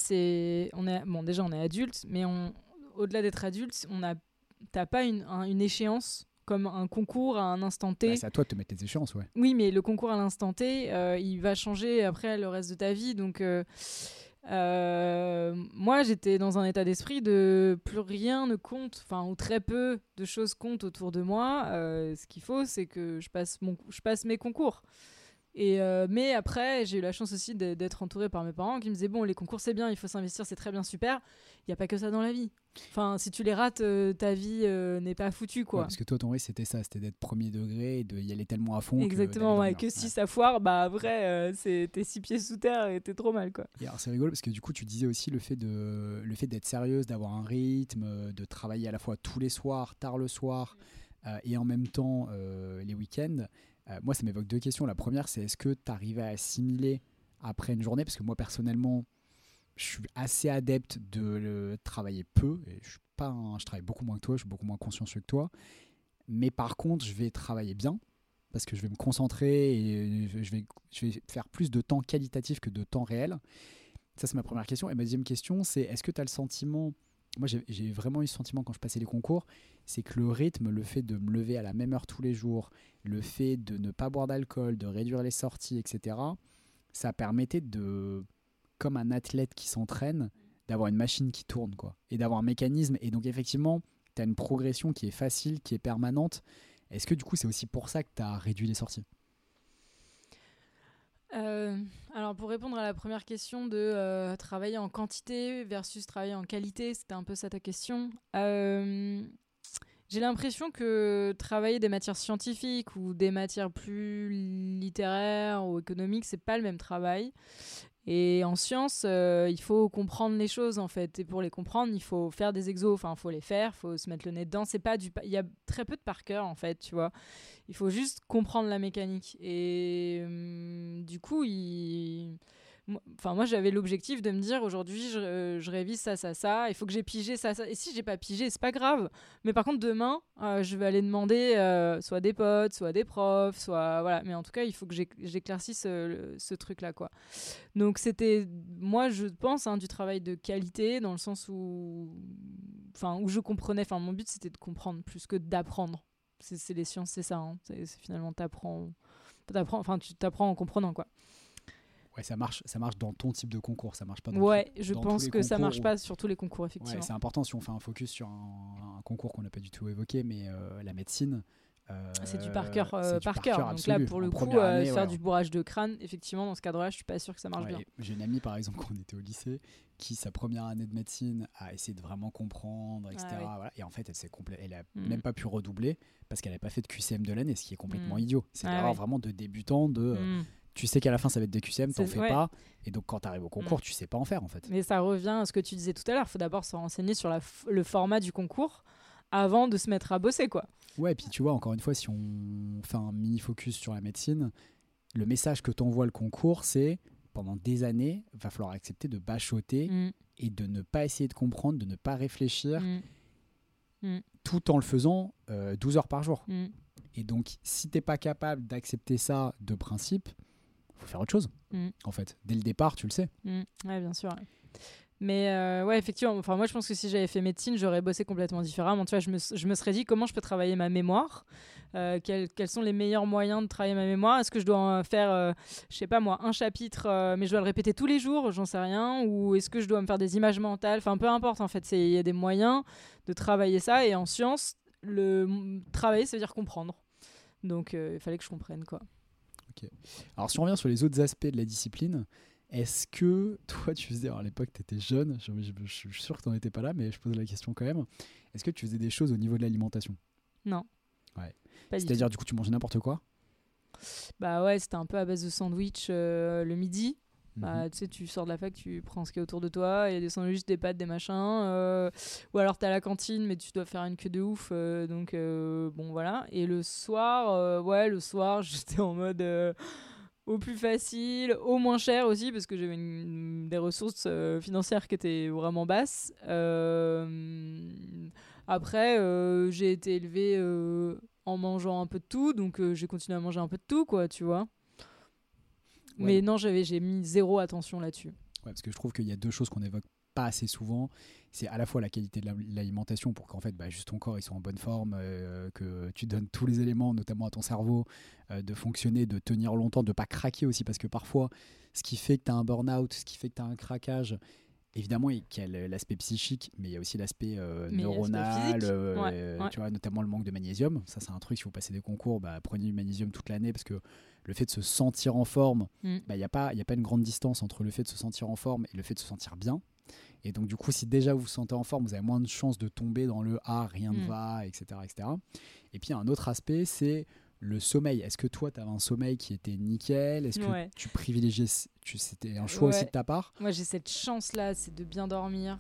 déjà on est adulte, mais au-delà d'être adulte, t'as pas une échéance comme un concours à un instant T. C'est à toi de te mettre les échéances, ouais. Oui, mais le concours à l'instant T, il va changer après le reste de ta vie. Donc, moi, j'étais dans un état d'esprit de plus rien ne compte, enfin, ou très peu de choses comptent autour de moi. Ce qu'il faut, c'est que je passe mes concours. Mais après, j'ai eu la chance aussi d'être entourée par mes parents qui me disaient bon, les concours c'est bien, il faut s'investir, c'est très bien, super. Il n'y a pas que ça dans la vie. Enfin, si tu les rates, ta vie n'est pas foutue, quoi. Ouais, parce que toi, ton risque, c'était ça, c'était d'être premier degré et d'y aller tellement à fond. Exactement, que si ça foire, bah après, t'es 6 pieds sous terre et t'es trop mal, quoi. Et alors, c'est rigolo parce que du coup, tu disais aussi le fait d'être sérieuse, d'avoir un rythme, de travailler à la fois tous les soirs, tard le soir, et en même temps les week-ends. Moi, ça m'évoque deux questions. La première, c'est est-ce que tu arrives à assimiler après une journée? Parce que moi, personnellement, je suis assez adepte de travailler peu. Et je travaille beaucoup moins que toi, je suis beaucoup moins consciencieux que toi. Mais par contre, je vais travailler bien parce que je vais me concentrer et je vais faire plus de temps qualitatif que de temps réel. Ça, c'est ma première question. Et ma deuxième question, c'est est-ce que tu as le sentiment... Moi, j'ai vraiment eu ce sentiment quand je passais les concours, c'est que le rythme, le fait de me lever à la même heure tous les jours, le fait de ne pas boire d'alcool, de réduire les sorties, etc., ça permettait de, comme un athlète qui s'entraîne, d'avoir une machine qui tourne, quoi, et d'avoir un mécanisme. Et donc, effectivement, tu as une progression qui est facile, qui est permanente. Est-ce que, du coup, c'est aussi pour ça que tu as réduit les sorties ? Alors pour répondre à la première question de travailler en quantité versus travailler en qualité, c'était un peu ça ta question. J'ai l'impression que travailler des matières scientifiques ou des matières plus littéraires ou économiques, c'est pas le même travail. Et en sciences, il faut comprendre les choses en fait. Et pour les comprendre, il faut faire des exos. Enfin, il faut les faire, il faut se mettre le nez dedans. Il y a très peu de par cœur en fait, tu vois. Il faut juste comprendre la mécanique. Et du coup, moi, j'avais l'objectif de me dire aujourd'hui, je révise ça, ça, ça. Il faut que j'ai pigé ça, ça. Et si j'ai pas pigé, c'est pas grave. Mais par contre, demain, je vais aller demander soit des potes, soit des profs, soit voilà. Mais en tout cas, il faut que j'éclaircisse ce truc-là, quoi. Donc c'était, moi, je pense, du travail de qualité dans le sens où je comprenais. Enfin, mon but, c'était de comprendre plus que d'apprendre. C'est les sciences, c'est ça. Hein. C'est finalement, tu t'apprends en comprenant, quoi. Ouais, ça marche dans ton type de concours, ça marche pas dans je pense que ça marche pas sur tous les concours, effectivement. Ouais, c'est important si on fait un focus sur un concours qu'on n'a pas du tout évoqué, mais la médecine. C'est du par cœur. Donc absolu. là, pour le coup, faire du bourrage de crâne, effectivement, dans ce cadre-là, je suis pas sûr que ça marche bien. J'ai une amie, par exemple, quand on était au lycée, qui, sa première année de médecine, a essayé de vraiment comprendre, etc. Voilà. Et en fait, elle a même pas pu redoubler parce qu'elle n'avait pas fait de QCM de l'année, ce qui est complètement idiot. C'est l'erreur vraiment de débutant tu sais qu'à la fin ça va être des QCM, t'en fais pas, et donc quand t'arrives au concours tu sais pas en faire en fait. Mais ça revient à ce que tu disais tout à l'heure, il faut d'abord se renseigner sur le format du concours avant de se mettre à bosser, quoi. Ouais, et puis tu vois, encore une fois, si on fait un mini focus sur la médecine, le message que t'envoie le concours, c'est pendant des années, il va falloir accepter de bachoter et de ne pas essayer de comprendre, de ne pas réfléchir, tout en le faisant 12 heures par jour. Et donc si t'es pas capable d'accepter ça de principe, faut faire autre chose, en fait. Dès le départ, tu le sais. Ouais, bien sûr. Ouais. Mais ouais, effectivement, moi je pense que si j'avais fait médecine, j'aurais bossé complètement différemment. Tu vois, je me serais dit comment je peux travailler ma mémoire, quels sont les meilleurs moyens de travailler ma mémoire. Est-ce que je dois faire, je sais pas moi, un chapitre, mais je dois le répéter tous les jours, j'en sais rien, ou est-ce que je dois me faire des images mentales, enfin peu importe en fait, il y a des moyens de travailler ça, et en sciences, travailler ça veut dire comprendre. Donc il fallait que je comprenne, quoi. Ok. Alors si on revient sur les autres aspects de la discipline, est-ce que toi tu faisais, alors à l'époque tu étais jeune, je suis sûr que tu n'en étais pas là, mais je pose la question quand même, est-ce que tu faisais des choses au niveau de l'alimentation? Non. Ouais. C'est-à-dire du coup tu mangeais n'importe quoi? Bah ouais, c'était un peu à base de sandwich le midi. Bah, tu sais, tu sors de la fac, tu prends ce qu'il y a autour de toi, il y a des sandwichs, des pâtes, des machins, ou alors t'es à la cantine mais tu dois faire une queue de ouf, donc bon voilà. Et le soir j'étais en mode au plus facile, au moins cher aussi, parce que j'avais des ressources financières qui étaient vraiment basses. Après j'ai été élevée en mangeant un peu de tout, donc j'ai continué à manger un peu de tout, quoi, tu vois. Ouais. Mais non, j'ai mis zéro attention là-dessus. Ouais, parce que je trouve qu'il y a deux choses qu'on évoque pas assez souvent, c'est à la fois la qualité de l'alimentation pour qu'en fait juste ton corps il soit en bonne forme, que tu donnes tous les éléments, notamment à ton cerveau, de fonctionner, de tenir longtemps, de pas craquer aussi, parce que parfois ce qui fait que tu as un burn-out, ce qui fait que tu as un craquage, évidemment il y a l'aspect psychique, mais il y a aussi l'aspect neuronal, tu vois, notamment le manque de magnésium. Ça c'est un truc, si vous passez des concours, prenez du magnésium toute l'année, parce que le fait de se sentir en forme, il n'y a pas une grande distance entre le fait de se sentir en forme et le fait de se sentir bien. Et donc du coup, si déjà vous vous sentez en forme, vous avez moins de chances de tomber dans le « ah, rien ne va », etc., etc. Et puis un autre aspect, c'est le sommeil. Est-ce que toi, tu avais un sommeil qui était nickel ? Est-ce que tu privilégiais, c'était un choix aussi de ta part ? Moi, j'ai cette chance-là, c'est de bien dormir,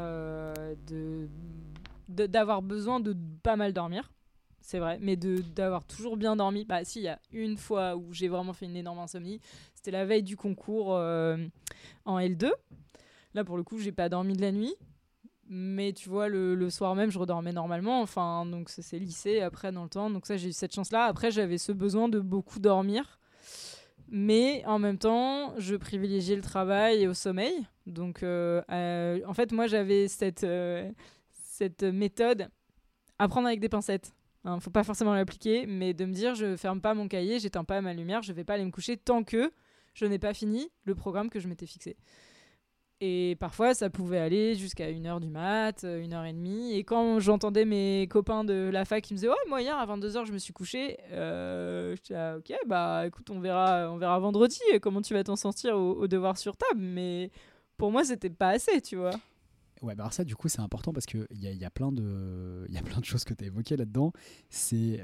d'avoir besoin de pas mal dormir. C'est vrai, mais d'avoir toujours bien dormi. Si, il y a une fois où j'ai vraiment fait une énorme insomnie, c'était la veille du concours en L2. Là, pour le coup, j'ai pas dormi de la nuit. Mais tu vois, le soir même, je redormais normalement. Enfin, donc ça s'est lissé après dans le temps. Donc ça, j'ai eu cette chance-là. Après, j'avais ce besoin de beaucoup dormir. Mais en même temps, je privilégiais le travail et au sommeil. Donc, en fait, moi, j'avais cette méthode à prendre avec des pincettes. Faut pas forcément l'appliquer, mais de me dire, je ferme pas mon cahier, j'éteins pas ma lumière, je vais pas aller me coucher tant que je n'ai pas fini le programme que je m'étais fixé. Et parfois, ça pouvait aller jusqu'à 1h du mat, 1h30. Et quand j'entendais mes copains de la fac qui me disaient « Ouais, moi, hier, à 22h, je me suis couché. » J'étais là, ok, écoute, on verra vendredi comment tu vas t'en sortir au devoir sur table. Mais pour moi, c'était pas assez, tu vois. Ouais, alors ça, du coup, c'est important parce qu'il y a plein de choses que tu as évoquées là-dedans. C'est...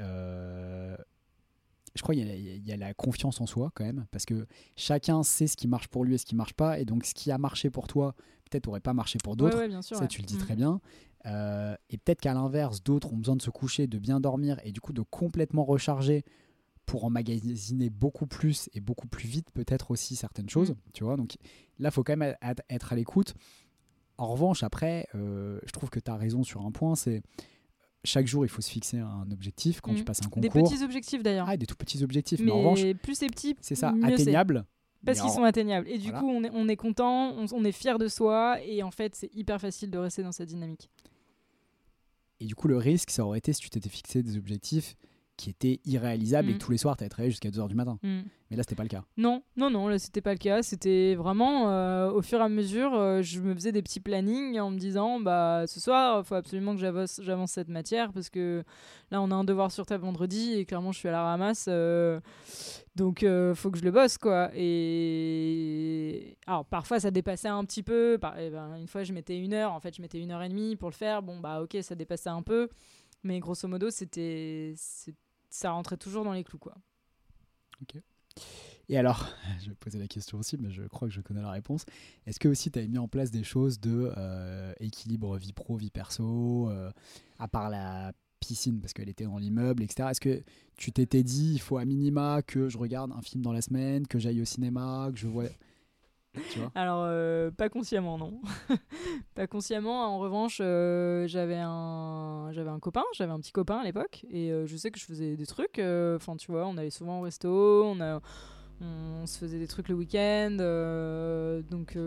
je crois qu'il y a la confiance en soi quand même, parce que chacun sait ce qui marche pour lui et ce qui marche pas, et donc ce qui a marché pour toi peut-être n'aurait pas marché pour d'autres. Ouais, bien sûr, ça tu le dis très bien, et peut-être qu'à l'inverse d'autres ont besoin de se coucher, de bien dormir et du coup de complètement recharger pour emmagasiner beaucoup plus et beaucoup plus vite peut-être aussi certaines choses, tu vois. Donc là il faut quand même être à l'écoute. En revanche après, je trouve que tu as raison sur un point, c'est chaque jour, il faut se fixer un objectif quand tu passes un concours. Des petits objectifs d'ailleurs. Des tout petits objectifs. Mais en revanche, plus c'est petit, c'est ça, mieux atteignable. Parce qu'ils sont atteignables. Et du coup, on est content, on est fier de soi. Et en fait, c'est hyper facile de rester dans cette dynamique. Et du coup, le risque, ça aurait été si tu t'étais fixé des objectifs qui étaient irréalisables et que tous les soirs, tu allais travailler jusqu'à 2h du matin. Mais là, c'était pas le cas. Non, là, c'était pas le cas. C'était vraiment, au fur et à mesure, je me faisais des petits plannings en me disant, ce soir, il faut absolument que j'avance cette matière parce que là, on a un devoir sur table vendredi et clairement, je suis à la ramasse. Donc, faut que je le bosse, quoi. Et alors, parfois, ça dépassait un petit peu. Une fois, je mettais 1h. En fait, je mettais 1h30 pour le faire. Bon, ok, ça dépassait un peu. Mais grosso modo, ça rentrait toujours dans les clous, quoi. Ok. Et alors, je vais poser la question aussi, mais je crois que je connais la réponse. Est-ce que aussi tu as mis en place des choses de équilibre vie pro, vie perso, à part la piscine parce qu'elle était dans l'immeuble, etc. Est-ce que tu t'étais dit, il faut à minima que je regarde un film dans la semaine, que j'aille au cinéma, que je vois... Tu vois ? Alors, pas consciemment, non. Pas consciemment. En revanche, j'avais un petit copain à l'époque, et je sais que je faisais des trucs. Enfin, tu vois, on allait souvent au resto, on se faisait des trucs le week-end. Donc,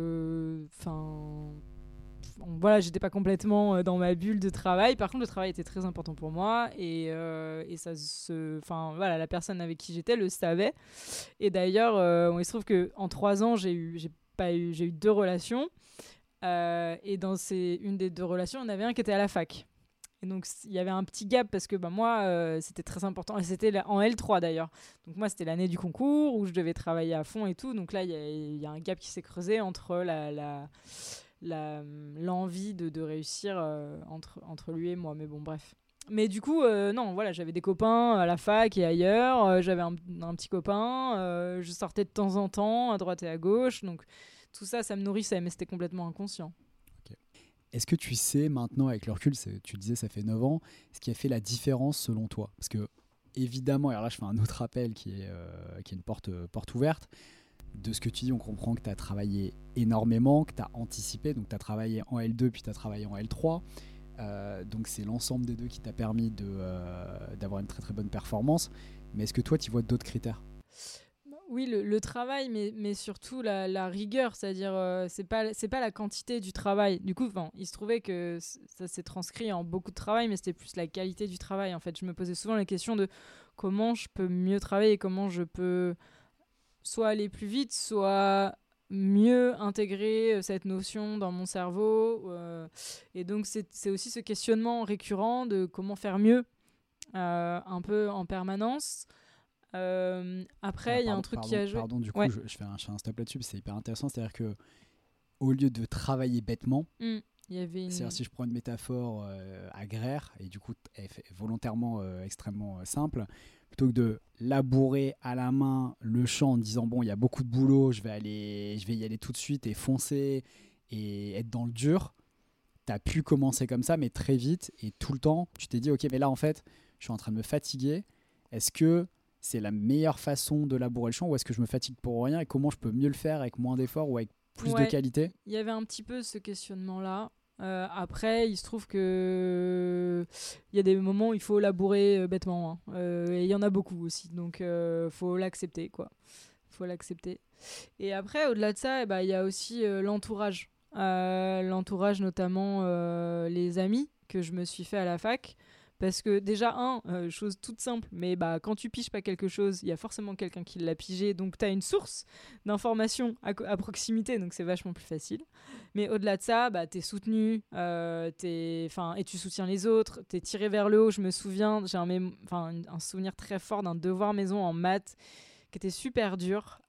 voilà, j'étais pas complètement dans ma bulle de travail. Par contre, le travail était très important pour moi, et la personne avec qui j'étais le savait. Et d'ailleurs, il se trouve que en 3 ans, j'ai eu 2 relations, et dans une des 2 relations, il y en avait un qui était à la fac. Et donc il y avait un petit gap parce que moi, c'était très important. Et c'était en L3 d'ailleurs. Donc moi, c'était l'année du concours où je devais travailler à fond et tout. Donc là, il y a un gap qui s'est creusé entre l'envie de réussir entre lui et moi. Mais bon, bref. Mais du coup, non, voilà, j'avais des copains à la fac et ailleurs. J'avais un petit copain. Je sortais de temps en temps, à droite et à gauche. Donc tout ça, ça me nourrissait, mais c'était complètement inconscient. Okay. Est-ce que tu sais maintenant, avec le recul, tu disais ça fait 9 ans, ce qui a fait la différence selon toi ? Parce que, évidemment, alors là, je fais un autre appel qui est une porte ouverte. De ce que tu dis, on comprend que tu as travaillé énormément, que tu as anticipé. Donc, tu as travaillé en L2, puis tu as travaillé en L3. Donc, c'est l'ensemble des deux qui t'a permis d'avoir une très très bonne performance. Mais est-ce que toi, tu vois d'autres critères ? Oui, le travail, mais surtout la rigueur, c'est-à-dire c'est pas la quantité du travail. Du coup, il se trouvait que ça s'est transcrit en beaucoup de travail, mais c'était plus la qualité du travail. En fait, je me posais souvent la question de comment je peux mieux travailler, comment je peux soit aller plus vite, soit mieux intégrer cette notion dans mon cerveau. Et donc, c'est aussi ce questionnement récurrent de comment faire mieux, un peu en permanence. Après, il y a un truc qui a joué. Pardon, du coup, Ouais. je fais un stop là-dessus, c'est hyper intéressant. C'est-à-dire que au lieu de travailler bêtement, Il y avait c'est-à-dire si je prends une métaphore agraire, et du coup volontairement extrêmement simple, plutôt que de labourer à la main le champ en disant bon, il y a beaucoup de boulot, je vais y aller tout de suite et foncer et être dans le dur, t'as pu commencer comme ça, mais très vite et tout le temps, tu t'es dit ok, mais là en fait, je suis en train de me fatiguer, est-ce que c'est la meilleure façon de labourer le champ ou est-ce que je me fatigue pour rien et comment je peux mieux le faire avec moins d'efforts ou avec plus de qualité? Il y avait un petit peu ce questionnement-là. Après, il se trouve que il y a des moments où il faut labourer bêtement, hein. Et il y en a beaucoup aussi, donc faut l'accepter, quoi. Faut l'accepter. Et après, au-delà de ça, il y a aussi l'entourage. L'entourage, notamment les amis que je me suis fait à la fac. Parce que déjà, chose toute simple, mais quand tu piges pas quelque chose, il y a forcément quelqu'un qui l'a pigé, donc tu as une source d'information à proximité, donc c'est vachement plus facile. Mais au-delà de ça, tu es soutenu, et tu soutiens les autres, tu es tiré vers le haut. Je me souviens, j'ai un souvenir très fort d'un devoir maison en maths qui était super dur.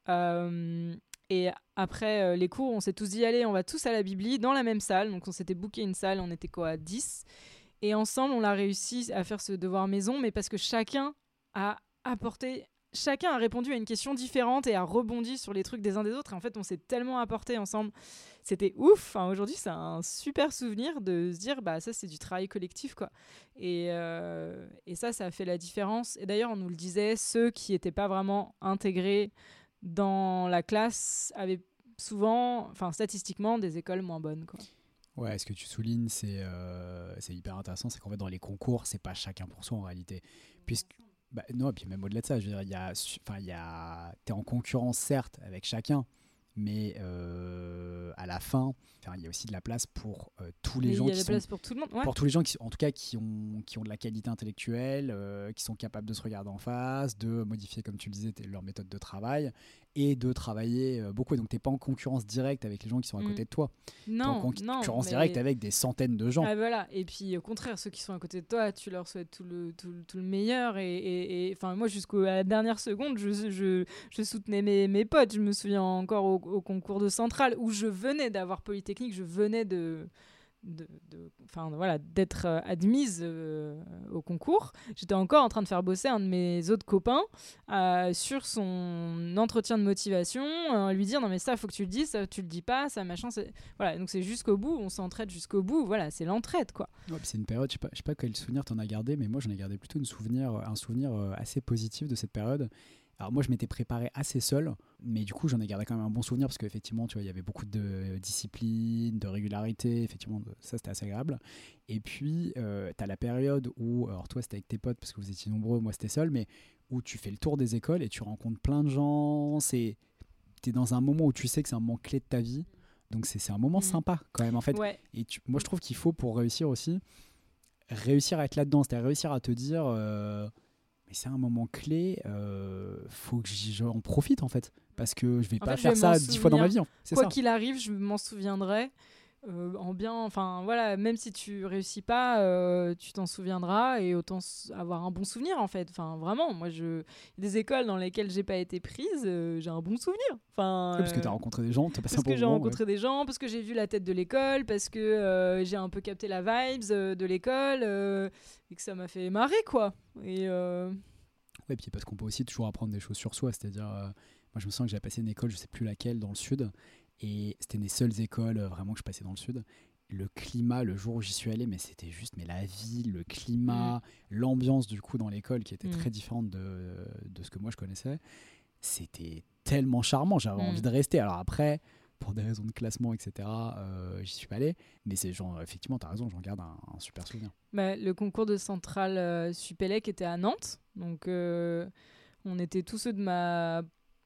Et après les cours, on s'est tous dit, allez, on va tous à la Bibli, dans la même salle. Donc on s'était booké une salle, on était quoi, 10. Et ensemble, on a réussi à faire ce devoir maison, mais parce que chacun a répondu à une question différente et a rebondi sur les trucs des uns des autres. Et en fait, on s'est tellement apporté ensemble. C'était ouf. Aujourd'hui, c'est un super souvenir de se dire, ça, c'est du travail collectif, quoi. Et ça a fait la différence. Et d'ailleurs, on nous le disait, ceux qui n'étaient pas vraiment intégrés dans la classe avaient souvent, statistiquement, des écoles moins bonnes, quoi. Ouais, ce que tu soulignes, c'est hyper intéressant, c'est qu'en fait dans les concours, c'est pas chacun pour soi en réalité. Puisque, non, et puis même au-delà de ça, je veux dire, t'es en concurrence certes avec chacun, mais à la fin, il y a aussi de la place pour tous les gens Il y a de la place pour tout le monde, ouais. Pour tous les gens en tout cas qui ont de la qualité intellectuelle, qui sont capables de se regarder en face, de modifier, comme tu le disais, leur méthode de travail et de travailler beaucoup. Et donc, tu n'es pas en concurrence directe avec les gens qui sont à côté de toi. Non, tu es en concurrence directe avec des centaines de gens. Ah, voilà. Et puis, au contraire, ceux qui sont à côté de toi, tu leur souhaites tout le meilleur. Et moi, jusqu'à la dernière seconde, je soutenais mes potes. Je me souviens encore au concours de Centrale où je venais d'avoir Polytechnique, je venais d'être admise au concours. J'étais encore en train de faire bosser un de mes autres copains sur son entretien de motivation, lui dire non mais ça faut que tu le dises, ça tu le dis pas, ça machin, voilà, donc c'est jusqu'au bout, on s'entraide jusqu'au bout, voilà, c'est l'entraide, quoi. Ouais, puis c'est une période, je sais pas quel souvenir t'en as gardé, mais moi j'en ai gardé plutôt un souvenir assez positif de cette période. Alors moi je m'étais préparé assez seul, mais du coup j'en ai gardé quand même un bon souvenir parce qu'effectivement tu vois il y avait beaucoup de discipline, de régularité, effectivement ça c'était assez agréable. Et puis t'as la période où, alors toi c'était avec tes potes parce que vous étiez nombreux, moi c'était seul, mais où tu fais le tour des écoles et tu rencontres plein de gens, t'es dans un moment où tu sais que c'est un moment clé de ta vie, donc c'est un moment sympa quand même en fait. Ouais. Et moi je trouve qu'il faut pour réussir aussi, réussir à être là-dedans, c'est-à-dire réussir à te dire... mais c'est un moment clé, faut que j'en profite en fait, parce que je vais pas faire ça 10 fois dans ma vie. Quoi qu'il arrive, je m'en souviendrai. En bien, enfin voilà, même si tu réussis pas, tu t'en souviendras et autant avoir un bon souvenir en fait. Enfin vraiment, moi il y a des écoles dans lesquelles j'ai pas été prise, j'ai un bon souvenir. Enfin parce que t'as rencontré des gens, t'as passé un bon moment. Parce que j'ai rencontré des gens, parce que j'ai vu la tête de l'école, parce que j'ai un peu capté la vibes de l'école et que ça m'a fait marrer quoi. Et ouais, puis parce qu'on peut aussi toujours apprendre des choses sur soi, c'est-à-dire moi je me sens que j'ai passé une école, je sais plus laquelle, dans le sud. Et c'était une des seules écoles vraiment que je passais dans le sud. Le climat, le jour où j'y suis allé, mais c'était juste la ville, le climat, l'ambiance du coup dans l'école qui était très différente de ce que moi je connaissais. C'était tellement charmant, j'avais envie de rester. Alors après, pour des raisons de classement, etc., j'y suis pas allé. Mais c'est genre, effectivement, t'as raison, j'en garde un super souvenir. Le concours de Centrale Supélec était à Nantes. Donc on était tous ceux de ma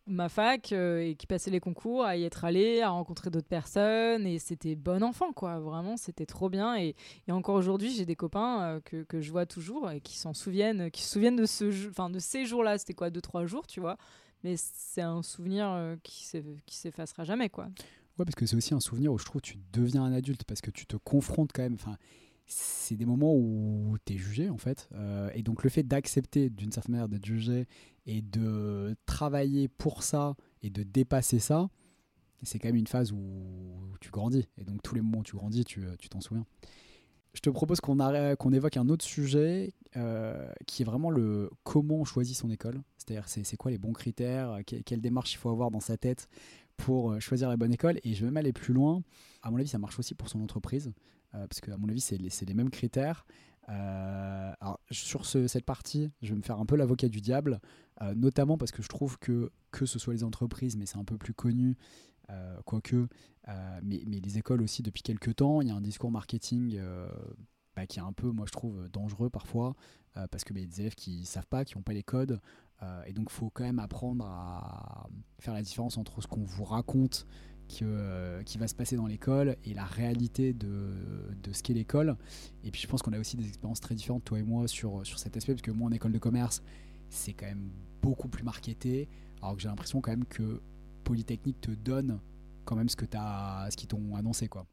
ma fac et qui passait les concours, à y être allé, à rencontrer d'autres personnes. Et c'était bon enfant, quoi. Vraiment, c'était trop bien. Et encore aujourd'hui, j'ai des copains que je vois toujours et qui se souviennent de de ces jours-là. C'était quoi, 2-3 jours, tu vois. Mais c'est un souvenir qui s'effacera jamais, quoi. Ouais, parce que c'est aussi un souvenir où je trouve que tu deviens un adulte parce que tu te confrontes quand même. Enfin, c'est des moments où tu es jugé en fait. Et donc le fait d'accepter d'une certaine manière d'être jugé et de travailler pour ça et de dépasser ça, c'est quand même une phase où tu grandis. Et donc tous les moments où tu grandis, tu t'en souviens. Je te propose qu'on évoque un autre sujet qui est vraiment le comment on choisit son école. C'est-à-dire c'est quoi les bons critères, quelle démarche il faut avoir dans sa tête pour choisir la bonne école. Et je vais même aller plus loin. À mon avis, ça marche aussi pour son entreprise. Parce qu'à mon avis, c'est les mêmes critères. Alors, sur cette partie, je vais me faire un peu l'avocat du diable, notamment parce que je trouve que ce soit les entreprises, mais c'est un peu plus connu, quoique, mais les écoles aussi, depuis quelques temps, il y a un discours marketing qui est un peu, moi je trouve, dangereux parfois, parce que y a des élèves qui ne savent pas, qui n'ont pas les codes, et donc il faut quand même apprendre à faire la différence entre ce qu'on vous raconte qui va se passer dans l'école et la réalité de ce qu'est l'école. Et puis je pense qu'on a aussi des expériences très différentes, toi et moi, sur cet aspect, parce que moi en école de commerce, c'est quand même beaucoup plus marketé, alors que j'ai l'impression quand même que Polytechnique te donne quand même ce qu'ils t'ont annoncé, quoi.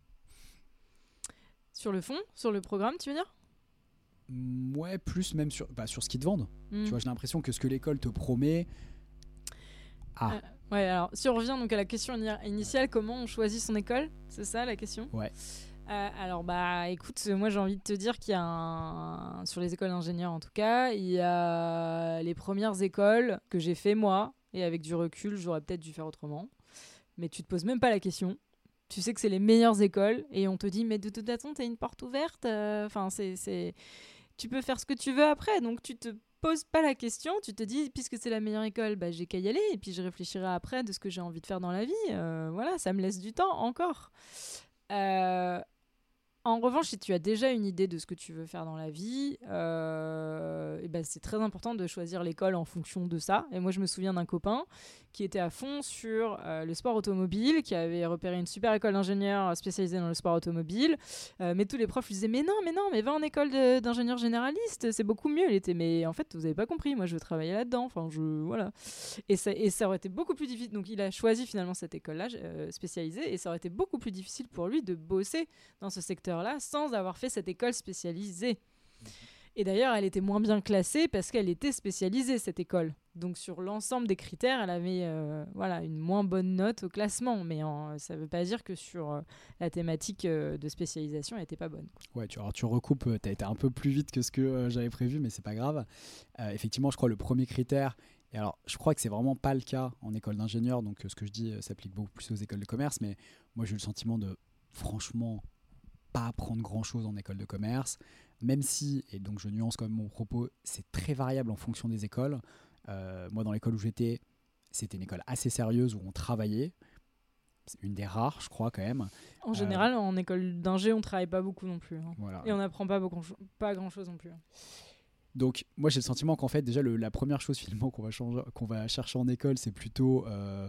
Sur le fond, sur le programme, tu veux dire ? Ouais, plus même sur ce qu'ils te vendent. Tu vois, j'ai l'impression que ce que l'école te promet... Ouais, alors si on revient donc à la question initiale, comment on choisit son école ? C'est ça la question ? Ouais. Alors écoute, moi j'ai envie de te dire qu'il y a sur les écoles d'ingénieurs en tout cas, il y a les premières écoles que j'ai fait moi, et avec du recul, j'aurais peut-être dû faire autrement. Mais tu te poses même pas la question. Tu sais que c'est les meilleures écoles et on te dit mais de toute façon t'as une porte ouverte. Tu peux faire ce que tu veux après, donc tu te poses pas la question, tu te dis puisque c'est la meilleure école, j'ai qu'à y aller et puis je réfléchirai après de ce que j'ai envie de faire dans la vie. Voilà, ça me laisse du temps encore. En revanche, si tu as déjà une idée de ce que tu veux faire dans la vie, c'est très important de choisir l'école en fonction de ça. Et moi, je me souviens d'un copain qui était à fond sur le sport automobile, qui avait repéré une super école d'ingénieur spécialisée dans le sport automobile. Mais tous les profs lui disaient mais non, mais va en école d'ingénieur généraliste, c'est beaucoup mieux. Il était mais en fait, vous n'avez pas compris, moi je veux travailler là-dedans. Enfin, voilà. Et ça aurait été beaucoup plus difficile. Donc, il a choisi finalement cette école-là spécialisée et ça aurait été beaucoup plus difficile pour lui de bosser dans ce secteur-là sans avoir fait cette école spécialisée. Et d'ailleurs, elle était moins bien classée parce qu'elle était spécialisée, cette école. Donc, sur l'ensemble des critères, elle avait une moins bonne note au classement. Mais ça ne veut pas dire que sur la thématique de spécialisation, elle n'était pas bonne. Ouais, tu recoupes, tu as été un peu plus vite que ce que j'avais prévu, mais c'est pas grave. Effectivement, je crois le premier critère, et alors je crois que c'est vraiment pas le cas en école d'ingénieur, donc ce que je dis s'applique beaucoup plus aux écoles de commerce, mais moi j'ai eu le sentiment de, franchement, pas apprendre grand-chose en école de commerce, même si, et donc je nuance quand même mon propos, c'est très variable en fonction des écoles. Moi, dans l'école où j'étais, c'était une école assez sérieuse où on travaillait. C'est une des rares, je crois, quand même. En général, en école d'ingé, on travaille pas beaucoup non plus. Hein. Voilà. Et on n'apprend pas grand-chose non plus. Donc, moi, j'ai le sentiment qu'en fait, déjà, la première chose finalement qu'on va chercher en école, c'est plutôt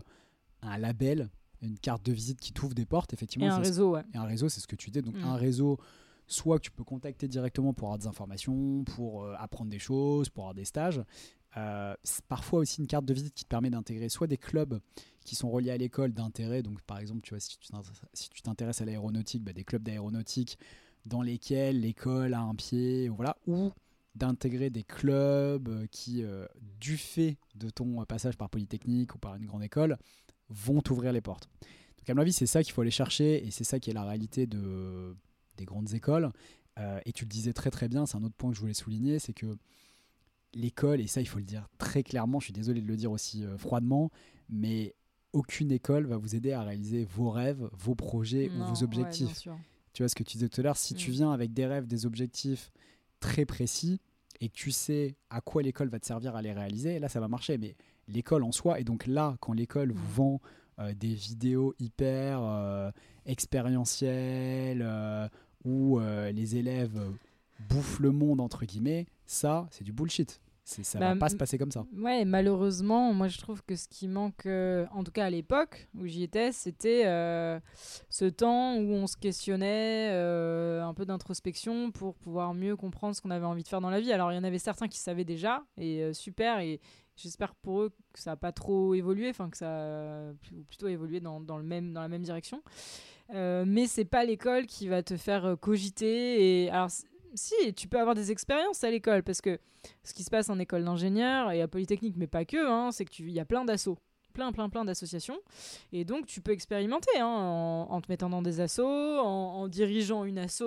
un label, une carte de visite qui t'ouvre des portes, effectivement. Et un réseau, ouais. Et un réseau, c'est ce que tu dis. Donc, un réseau, soit que tu peux contacter directement pour avoir des informations, pour apprendre des choses, pour avoir des stages. C'est parfois aussi une carte de visite qui te permet d'intégrer soit des clubs qui sont reliés à l'école d'intérêt. Donc, par exemple, tu vois, si tu t'intéresses à l'aéronautique, des clubs d'aéronautique dans lesquels l'école a un pied, voilà, ou d'intégrer des clubs qui, du fait de ton passage par Polytechnique ou par une grande école, vont t'ouvrir les portes. Donc à mon avis, c'est ça qu'il faut aller chercher et c'est ça qui est la réalité des grandes écoles. Et tu le disais très très bien, c'est un autre point que je voulais souligner, c'est que l'école, et ça il faut le dire très clairement, je suis désolé de le dire aussi froidement, mais aucune école va vous aider à réaliser vos rêves, vos projets ou vos objectifs. Ouais, tu vois ce que tu disais tout à l'heure, si tu viens avec des rêves, des objectifs très précis et que tu sais à quoi l'école va te servir à les réaliser, là ça va marcher. Mais l'école en soi, et donc là quand l'école vous vend des vidéos hyper expérientielles où les élèves bouffent le monde entre guillemets, ça c'est du bullshit. Ça va pas se passer comme ça. Ouais, malheureusement, moi je trouve que ce qui manque, en tout cas à l'époque où j'y étais, c'était ce temps où on se questionnait, un peu d'introspection pour pouvoir mieux comprendre ce qu'on avait envie de faire dans la vie. Alors il y en avait certains qui savaient déjà, et super, et j'espère pour eux que ça n'a pas trop évolué, enfin que ça a plutôt évolué dans la même direction. Mais c'est pas l'école qui va te faire cogiter. Et alors si, tu peux avoir des expériences à l'école, parce que ce qui se passe en école d'ingénieur et à Polytechnique, mais pas que, hein, c'est qu'il y a plein d'assos, plein d'associations, et donc tu peux expérimenter, hein, en te mettant dans des assos, en dirigeant une asso,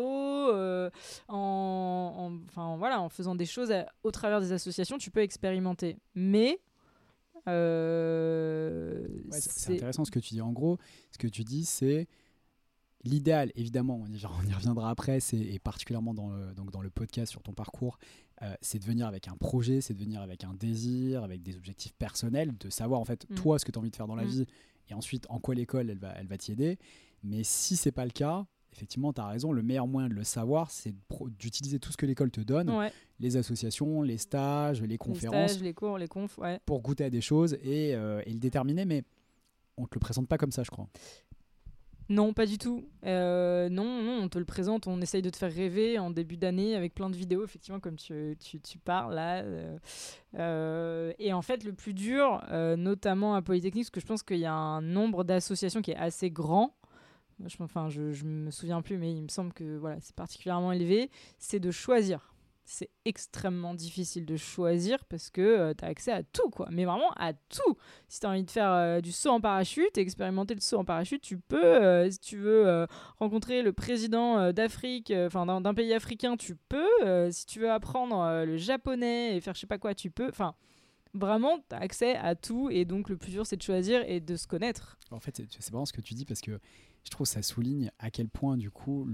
enfin voilà, en faisant des choses au travers des associations, tu peux expérimenter. Mais c'est intéressant ce que tu dis. En gros, ce que tu dis, c'est l'idéal, évidemment, on y reviendra après, et particulièrement dans le podcast sur ton parcours, c'est de venir avec un projet, c'est de venir avec un désir, avec des objectifs personnels, de savoir en fait toi ce que tu as envie de faire dans la vie, et ensuite en quoi l'école elle va t'y aider. Mais si c'est pas le cas, effectivement tu as raison, le meilleur moyen de le savoir, c'est d'utiliser tout ce que l'école te donne, les associations, les stages, les conférences, les stages, les cours, les confs, pour goûter à des choses et le déterminer. Mais on te le présente pas comme ça, je crois. Non, pas du tout. Non, on te le présente, on essaye de te faire rêver en début d'année avec plein de vidéos, effectivement, comme tu parles là. Et en fait, le plus dur, notamment à Polytechnique, parce que je pense qu'il y a un nombre d'associations qui est assez grand. Je me souviens plus, mais il me semble que voilà, c'est particulièrement élevé. C'est de choisir. C'est extrêmement difficile de choisir parce que tu as accès à tout, quoi. Mais vraiment à tout. Si tu as envie de faire du saut en parachute, expérimenter le saut en parachute, tu peux. Si tu veux rencontrer le président d'Afrique, d'un pays africain, tu peux. Si tu veux apprendre le japonais et faire je sais pas quoi, tu peux. Enfin, vraiment, tu as accès à tout. Et donc, le plus dur, c'est de choisir et de se connaître. En fait, c'est vraiment ce que tu dis, parce que je trouve que ça souligne à quel point, du coup,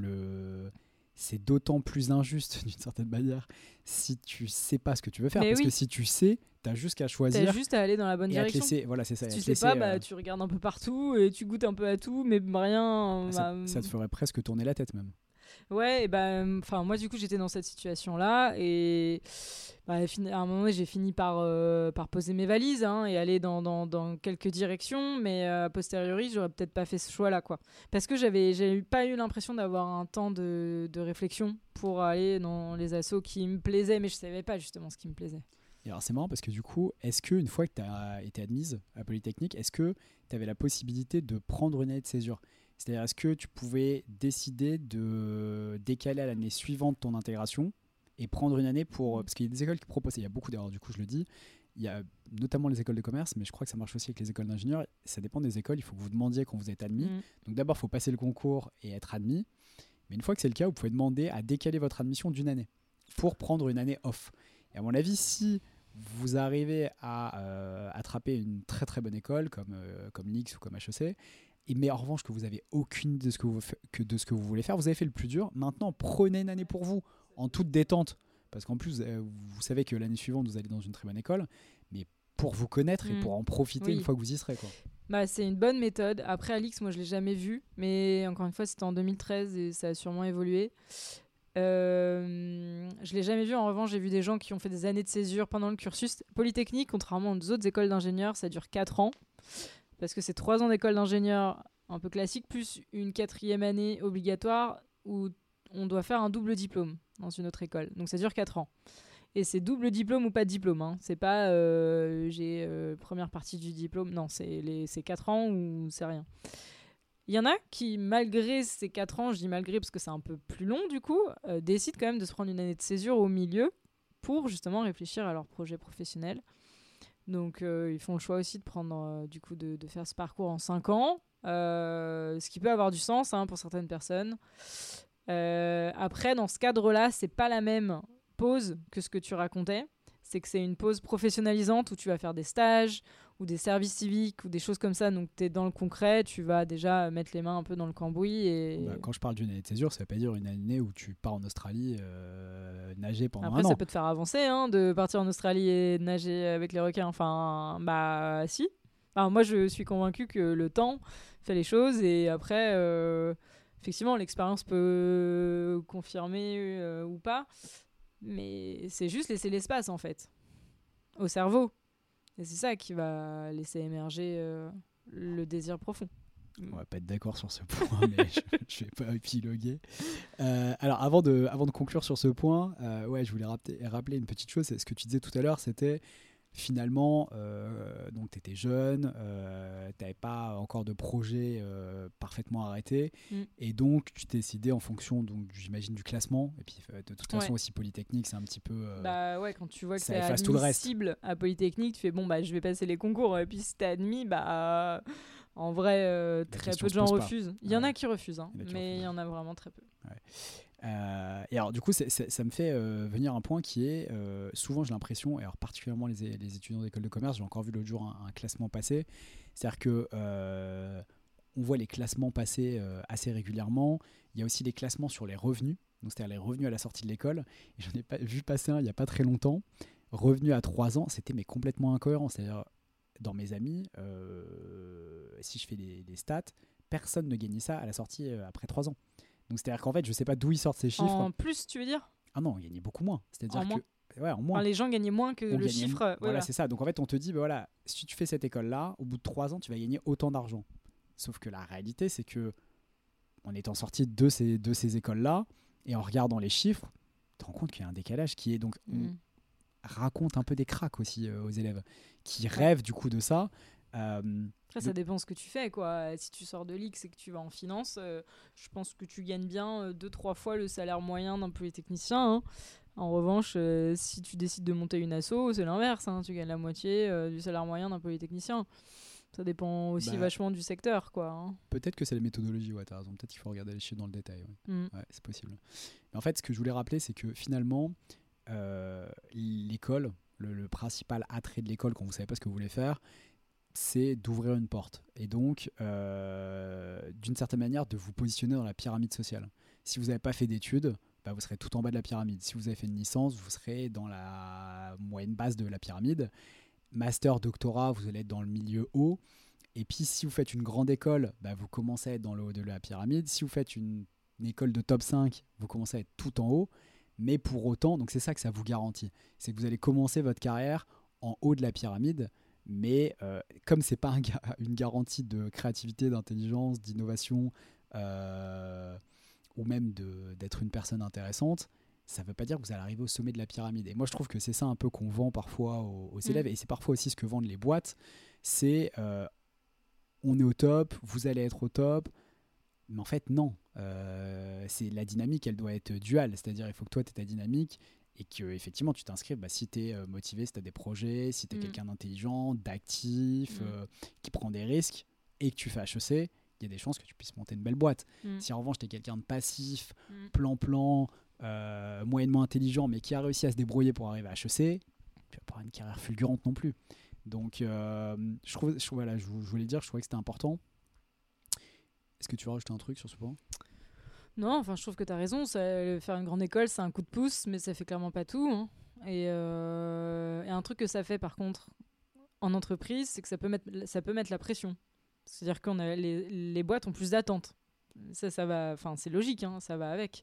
c'est d'autant plus injuste d'une certaine manière si tu sais pas ce que tu veux faire. Parce que si tu sais, t'as juste qu'à choisir. T'as juste à aller dans la bonne direction. Voilà, c'est ça. Si tu sais pas, tu regardes un peu partout et tu goûtes un peu à tout, mais rien. Ça te ferait presque tourner la tête même. Ouais, et moi du coup j'étais dans cette situation-là et à un moment donné j'ai fini par poser mes valises, hein, et aller dans quelques directions, mais a posteriori j'aurais peut-être pas fait ce choix-là, quoi. Parce que j'ai pas eu l'impression d'avoir un temps de réflexion pour aller dans les assos qui me plaisaient, mais je savais pas justement ce qui me plaisait. Et alors c'est marrant parce que du coup, est-ce qu'une fois que tu as été admise à Polytechnique, est-ce que tu avais la possibilité de prendre une année de césure ? C'est-à-dire, est-ce que tu pouvais décider de décaler à l'année suivante ton intégration et prendre une année pour... Parce qu'il y a des écoles qui proposent, il y a beaucoup d'erreurs, du coup je le dis, il y a notamment les écoles de commerce, mais je crois que ça marche aussi avec les écoles d'ingénieurs. Ça dépend des écoles, il faut que vous demandiez quand vous êtes admis. Donc d'abord, il faut passer le concours et être admis. Mais une fois que c'est le cas, vous pouvez demander à décaler votre admission d'une année pour prendre une année off. Et à mon avis, si vous arrivez à attraper une très très bonne école comme l'IX ou comme HEC, mais en revanche que vous n'avez aucune idée de ce que vous voulez faire, vous avez fait le plus dur. Maintenant, prenez une année pour vous, en toute détente. Parce qu'en plus, vous savez que l'année suivante, vous allez dans une très bonne école. Mais pour vous connaître et pour en profiter une fois que vous y serez, quoi. C'est une bonne méthode. Après, Alix, moi, je ne l'ai jamais vu. Mais encore une fois, c'était en 2013 et ça a sûrement évolué. Je ne l'ai jamais vu. En revanche, j'ai vu des gens qui ont fait des années de césure pendant le cursus. Polytechnique, contrairement aux autres écoles d'ingénieurs, ça dure 4 ans. Parce que c'est 3 ans d'école d'ingénieur un peu classique, plus une 4e année obligatoire où on doit faire un double diplôme dans une autre école. Donc ça dure 4 ans. Et c'est double diplôme ou pas de diplôme, hein. C'est pas j'ai première partie du diplôme. Non, c'est 4 ans ou c'est rien. Il y en a qui, malgré ces 4 ans, je dis malgré parce que c'est un peu plus long du coup, décident quand même de se prendre une année de césure au milieu pour justement réfléchir à leur projet professionnel. Donc ils font le choix aussi de prendre du coup de faire ce parcours en 5 ans, ce qui peut avoir du sens, hein, pour certaines personnes. Après, dans ce cadre-là, c'est pas la même pause que ce que tu racontais. C'est que c'est une pause professionnalisante où tu vas faire des stages ou des services civiques ou des choses comme ça. Donc tu es dans le concret, tu vas déjà mettre les mains un peu dans le cambouis. Quand je parle d'une année de césure, ça veut pas dire une année où tu pars en Australie nager pendant Après, un an. Ça peut te faire avancer, hein, de partir en Australie et de nager avec les requins. Enfin, si. Enfin, moi, je suis convaincue que le temps fait les choses et après, effectivement, l'expérience peut confirmer ou pas. Mais c'est juste laisser l'espace, en fait. au cerveau. Et c'est ça qui va laisser émerger le désir profond. On va pas être d'accord sur ce point, mais je vais pas épiloguer. Alors, avant de conclure sur ce point, je voulais rappeler une petite chose. C'est ce que tu disais tout à l'heure, c'était finalement, donc tu étais jeune, tu n'avais pas encore de projet parfaitement arrêté, et donc tu t'es décidé en fonction, donc, j'imagine, du classement. Et puis de toute façon aussi Polytechnique, c'est un petit peu... quand tu vois que ça t'es efface tout le reste. admissible à Polytechnique, tu fais je vais passer les concours, et puis si t'es admis, en vrai, très peu de gens refusent. Il y en a qui refusent, mais il y en a vraiment très peu. Et alors du coup ça me fait venir un point qui est souvent j'ai l'impression, et alors particulièrement les étudiants d'école de commerce, j'ai encore vu l'autre jour un classement passer, c'est-à-dire que on voit les classements passer assez régulièrement. Il y a aussi les classements sur les revenus, donc c'est-à-dire les revenus à la sortie de l'école, et j'en ai vu passer un il n'y a pas très longtemps, revenu à 3 ans, c'était mais complètement incohérent. C'est-à-dire dans mes amis, si je fais des stats, personne ne gagnait ça à la sortie après 3 ans. Donc c'est-à-dire qu'en fait, je sais pas d'où ils sortent ces chiffres. En plus, tu veux dire ? Ah non, on gagnait beaucoup moins. C'est-à-dire en moins. En moins. Enfin, les gens gagnaient moins que le chiffre. Voilà, c'est ça. Donc en fait, on te dit, si tu fais cette école-là, au bout de 3 ans, tu vas gagner autant d'argent. Sauf que la réalité, c'est que en étant sorti de ces écoles-là, et en regardant les chiffres, tu te rends compte qu'il y a un décalage qui est donc... On raconte un peu des cracks aussi aux élèves qui rêvent du coup de ça. Après, ça dépend ce que tu fais, quoi. Si tu sors de l'X et que tu vas en finance, je pense que tu gagnes bien 2-3 fois le salaire moyen d'un polytechnicien. En revanche, si tu décides de monter une asso, c'est l'inverse. Tu gagnes la moitié du salaire moyen d'un polytechnicien. Ça dépend aussi vachement du secteur, quoi. Peut-être que c'est la méthodologie, t'as raison. Peut-être qu'il faut regarder les chiffres dans le détail. Ouais, c'est possible. Mais en fait, ce que je voulais rappeler, c'est que finalement, l'école, le principal attrait de l'école quand vous savez pas ce que vous voulez faire, c'est d'ouvrir une porte et donc d'une certaine manière de vous positionner dans la pyramide sociale. Si vous n'avez pas fait d'études, vous serez tout en bas de la pyramide. Si vous avez fait une licence, vous serez dans la moyenne basse de la pyramide. Master, doctorat, vous allez être dans le milieu haut. Et puis si vous faites une grande école, vous commencez à être dans le haut de la pyramide. Si vous faites une école de top 5, vous commencez à être tout en haut. Mais pour autant, donc c'est ça que ça vous garantit, c'est que vous allez commencer votre carrière en haut de la pyramide, mais comme c'est pas une garantie de créativité, d'intelligence, d'innovation, ou même d'être une personne intéressante, ça veut pas dire que vous allez arriver au sommet de la pyramide. Et moi je trouve que c'est ça un peu qu'on vend parfois aux élèves, et c'est parfois aussi ce que vendent les boîtes, c'est on est au top, vous allez être au top. Mais en fait, non. C'est la dynamique, elle doit être duale. C'est-à-dire, il faut que toi, tu aies ta dynamique et que effectivement tu t'inscrives si tu es motivé, si tu as des projets, si tu es quelqu'un d'intelligent, d'actif, qui prend des risques et que tu fais HEC, il y a des chances que tu puisses monter une belle boîte. Si en revanche, tu es quelqu'un de passif, plan-plan, moyennement intelligent, mais qui a réussi à se débrouiller pour arriver à HEC, tu vas pas avoir une carrière fulgurante non plus. Donc, je voulais dire, je trouvais que c'était important. Est-ce que tu veux rajouter un truc sur ce point ? Non, enfin, je trouve que tu as raison. Faire une grande école, c'est un coup de pouce, mais ça fait clairement pas tout. Et un truc que ça fait, par contre, en entreprise, c'est que ça peut mettre la pression. C'est-à-dire que les boîtes ont plus d'attentes. Ça va, enfin, c'est logique, ça va avec.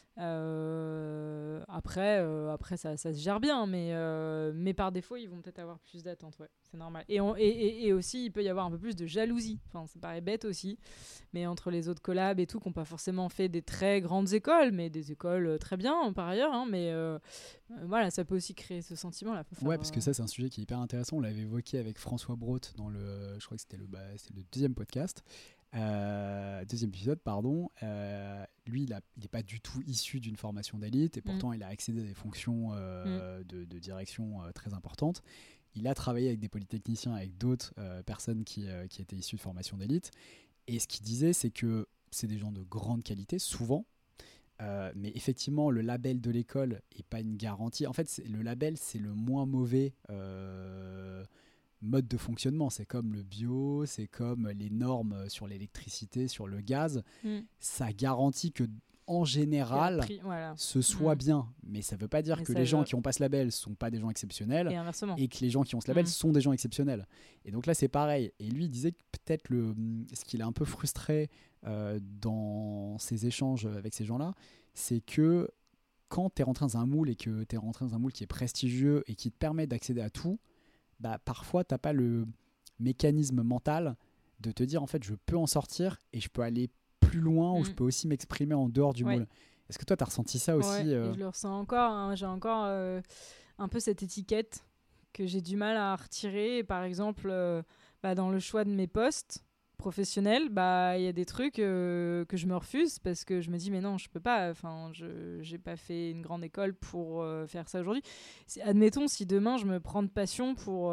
Après, ça se gère bien, mais par défaut, ils vont peut-être avoir plus d'attentes, ouais, c'est normal. Et aussi, il peut y avoir un peu plus de jalousie. Enfin, ça paraît bête aussi, mais entre les autres collabs et tout, qui n'ont pas forcément fait des très grandes écoles, mais des écoles très bien par ailleurs, mais voilà, ça peut aussi créer ce sentiment-là. Ouais, parce que ça, c'est un sujet qui est hyper intéressant. On l'avait évoqué avec François Brotte dans je crois que c'était le deuxième podcast. Deuxième épisode, pardon. Lui, il n'est pas du tout issu d'une formation d'élite et pourtant il a accédé à des fonctions de direction très importantes. Il a travaillé avec des polytechniciens, avec d'autres personnes qui étaient issues de formations d'élite. Et ce qu'il disait, c'est que c'est des gens de grande qualité, souvent. Mais effectivement, le label de l'école n'est pas une garantie. En fait, le label, c'est le moins mauvais mode de fonctionnement. C'est comme le bio, c'est comme les normes sur l'électricité, sur le gaz. Ça garantit que en général, ce soit bien. Mais ça ne veut pas dire que les gens qui n'ont pas ce label ne sont pas des gens exceptionnels et que les gens qui ont ce label sont des gens exceptionnels. Et donc là, c'est pareil. Et lui, il disait que peut-être ce qu'il a un peu frustré dans ses échanges avec ces gens-là, c'est que quand tu es rentré dans un moule et que tu es rentré dans un moule qui est prestigieux et qui te permet d'accéder à tout, bah, parfois tu n'as pas le mécanisme mental de te dire en fait je peux en sortir et je peux aller plus loin ou je peux aussi m'exprimer en dehors du moule. Est-ce que toi tu as ressenti ça aussi et je le ressens encore, hein. J'ai encore un peu cette étiquette que j'ai du mal à retirer. Par exemple, dans le choix de mes postes professionnels, il y a des trucs que je me refuse parce que je me dis mais non, je peux pas, enfin j'ai pas fait une grande école pour faire ça aujourd'hui. Admettons si demain je me prends de passion pour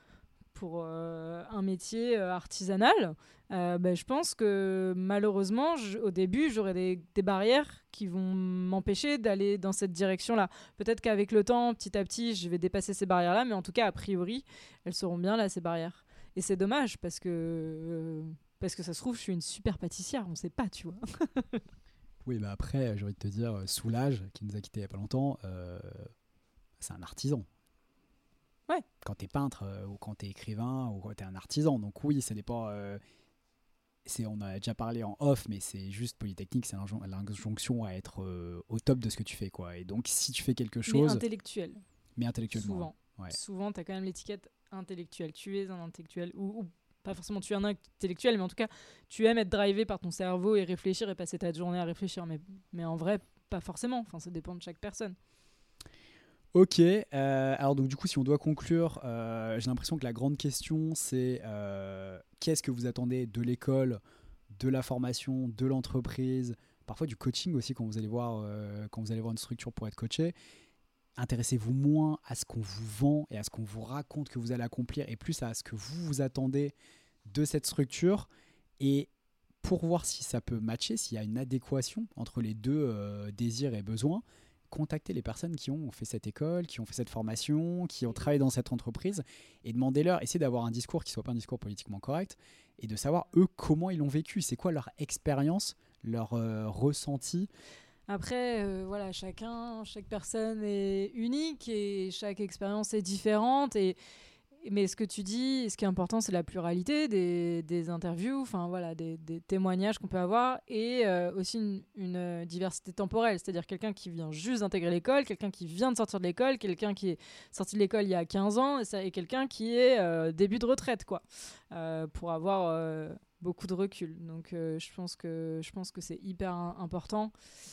un métier artisanal, je pense que malheureusement au début j'aurai des barrières qui vont m'empêcher d'aller dans cette direction-là. Peut-être qu'avec le temps, petit à petit, je vais dépasser ces barrières-là, mais en tout cas a priori elles seront bien là, ces barrières. Et c'est dommage parce que ça se trouve, je suis une super pâtissière, on sait pas, tu vois. Oui, mais après, j'ai envie de te dire, Soulage, qui nous a quittés il y a pas longtemps, c'est un artisan. Ouais. Quand t'es peintre ou quand t'es écrivain ou quand t'es un artisan. Donc oui, ça dépend. On a déjà parlé en off, mais c'est juste Polytechnique, c'est l'injonction à être au top de ce que tu fais, quoi. Et donc si tu fais quelque chose... Mais intellectuellement. Souvent. Ouais. Souvent, t'as quand même l'étiquette intellectuelle. Tu es un intellectuel ou pas forcément tu es un intellectuel, mais en tout cas, tu aimes être drivé par ton cerveau et réfléchir et passer ta journée à réfléchir. Mais en vrai, pas forcément. Enfin, ça dépend de chaque personne. Ok, alors donc du coup si on doit conclure, j'ai l'impression que la grande question c'est qu'est-ce que vous attendez de l'école, de la formation, de l'entreprise, parfois du coaching aussi quand vous allez voir une structure pour être coaché. Intéressez-vous moins à ce qu'on vous vend et à ce qu'on vous raconte que vous allez accomplir et plus à ce que vous attendez de cette structure, et pour voir si ça peut matcher, s'il y a une adéquation entre les deux désirs et besoins. Contacter les personnes qui ont fait cette école, qui ont fait cette formation, qui ont travaillé dans cette entreprise et demandez-leur, essayez d'avoir un discours qui ne soit pas un discours politiquement correct et de savoir eux comment ils l'ont vécu, c'est quoi leur expérience, leur ressenti. Après, voilà, chaque personne est unique et chaque expérience est différente. Mais ce que tu dis, ce qui est important, c'est la pluralité des interviews, enfin voilà, des témoignages qu'on peut avoir, et aussi une diversité temporelle, c'est-à-dire quelqu'un qui vient juste d'intégrer l'école, quelqu'un qui vient de sortir de l'école, quelqu'un qui est sorti de l'école il y a 15 ans, et quelqu'un qui est début de retraite, quoi, pour avoir beaucoup de recul. Donc je pense que c'est hyper important.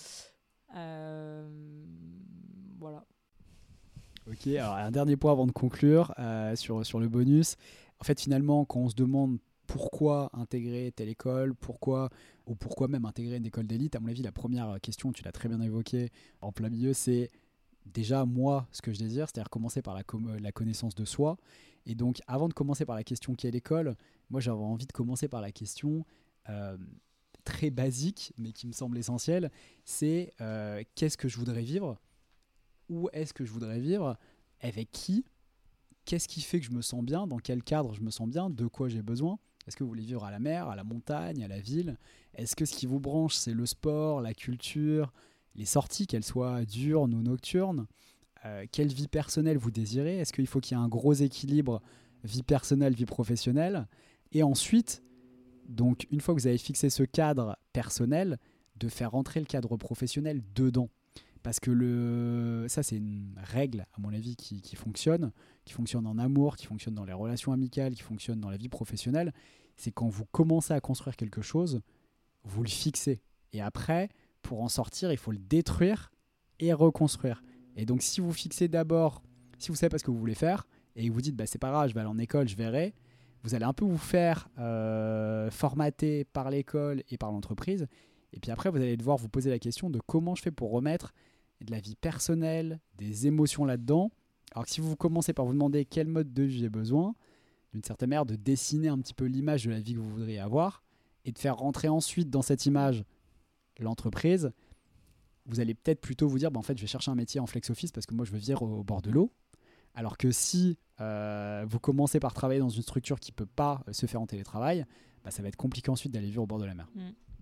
Voilà. Ok, alors un dernier point avant de conclure sur le bonus. En fait, finalement, quand on se demande pourquoi intégrer telle école, pourquoi même intégrer une école d'élite, à mon avis, la première question, tu l'as très bien évoqué en plein milieu, c'est déjà moi ce que je désire, c'est-à-dire commencer par la connaissance de soi. Et donc, avant de commencer par la question qui est l'école, moi j'avais envie de commencer par la question très basique, mais qui me semble essentielle, c'est qu'est-ce que je voudrais vivre ? Où est-ce que je voudrais vivre ? Avec qui ? Qu'est-ce qui fait que je me sens bien ? Dans quel cadre je me sens bien ? De quoi j'ai besoin ? Est-ce que vous voulez vivre à la mer, à la montagne, à la ville ? Est-ce que ce qui vous branche, c'est le sport, la culture, les sorties, qu'elles soient diurnes ou nocturnes ? Quelle vie personnelle vous désirez ? Est-ce qu'il faut qu'il y ait un gros équilibre vie personnelle, vie professionnelle ? Et ensuite, donc, une fois que vous avez fixé ce cadre personnel, de faire rentrer le cadre professionnel dedans. Parce que ça, c'est une règle, à mon avis, qui fonctionne en amour, qui fonctionne dans les relations amicales, qui fonctionne dans la vie professionnelle. C'est quand vous commencez à construire quelque chose, vous le fixez. Et après, pour en sortir, il faut le détruire et reconstruire. Et donc, si vous fixez d'abord, si vous ne savez pas ce que vous voulez faire, et vous dites, c'est pas grave, je vais aller en école, je verrai, vous allez un peu vous faire formater par l'école et par l'entreprise. Et puis après, vous allez devoir vous poser la question de comment je fais pour remettre de la vie personnelle, des émotions là-dedans. Alors que si vous commencez par vous demander quel mode de vie j'ai besoin, d'une certaine manière, de dessiner un petit peu l'image de la vie que vous voudriez avoir et de faire rentrer ensuite dans cette image l'entreprise, vous allez peut-être plutôt vous dire, en fait, je vais chercher un métier en flex office parce que moi, je veux vivre au bord de l'eau. Alors que si vous commencez par travailler dans une structure qui ne peut pas se faire en télétravail, ça va être compliqué ensuite d'aller vivre au bord de la mer.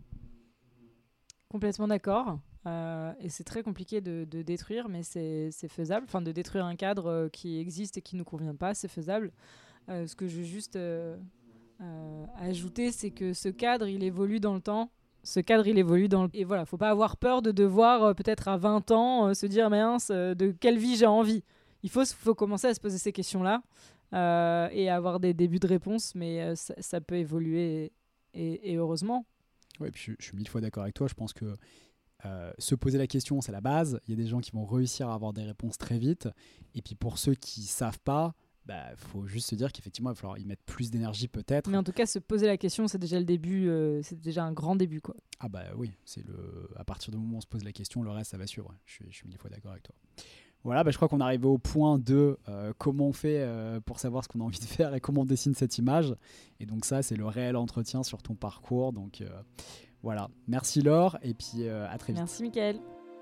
Complètement d'accord. Et c'est très compliqué de détruire, mais c'est faisable. Enfin, de détruire un cadre qui existe et qui ne nous convient pas, c'est faisable. Ce que je veux juste ajouter, c'est que ce cadre, il évolue dans le temps. ce cadre, il évolue et voilà, faut pas avoir peur de devoir, peut-être à 20 ans, se dire, mince, de quelle vie j'ai envie. Il faut commencer à se poser ces questions-là et avoir des débuts de réponse, mais ça peut évoluer et heureusement. Ouais, puis je suis 1000 fois d'accord avec toi. Je pense que se poser la question, c'est la base. Il y a des gens qui vont réussir à avoir des réponses très vite. Et puis pour ceux qui savent pas, faut juste se dire qu'effectivement, il va falloir y mettre plus d'énergie peut-être. Mais en tout cas, se poser la question, c'est déjà le début, c'est déjà un grand début, quoi. Ah oui, à partir du moment où on se pose la question, le reste, ça va suivre. Je suis 1000 fois d'accord avec toi. Voilà, je crois qu'on est arrivé au point de comment on fait pour savoir ce qu'on a envie de faire et comment on dessine cette image. Et donc ça, c'est le réel entretien sur ton parcours. Donc voilà, merci Laure et puis à très vite. Merci Mickaël.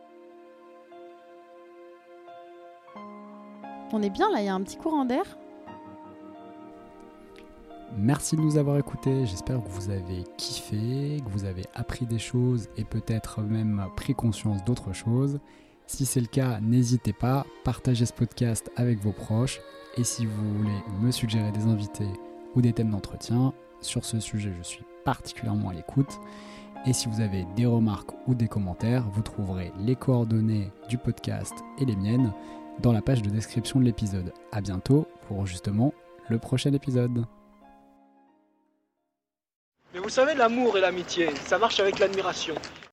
On est bien là, il y a un petit courant d'air. Merci de nous avoir écoutés, j'espère que vous avez kiffé, que vous avez appris des choses et peut-être même pris conscience d'autres choses. Si c'est le cas, n'hésitez pas, partagez ce podcast avec vos proches et si vous voulez me suggérer des invités ou des thèmes d'entretien, sur ce sujet je suis particulièrement à l'écoute. Et si vous avez des remarques ou des commentaires, vous trouverez les coordonnées du podcast et les miennes dans la page de description de l'épisode. À bientôt pour justement le prochain épisode. Mais vous savez, l'amour et l'amitié, ça marche avec l'admiration.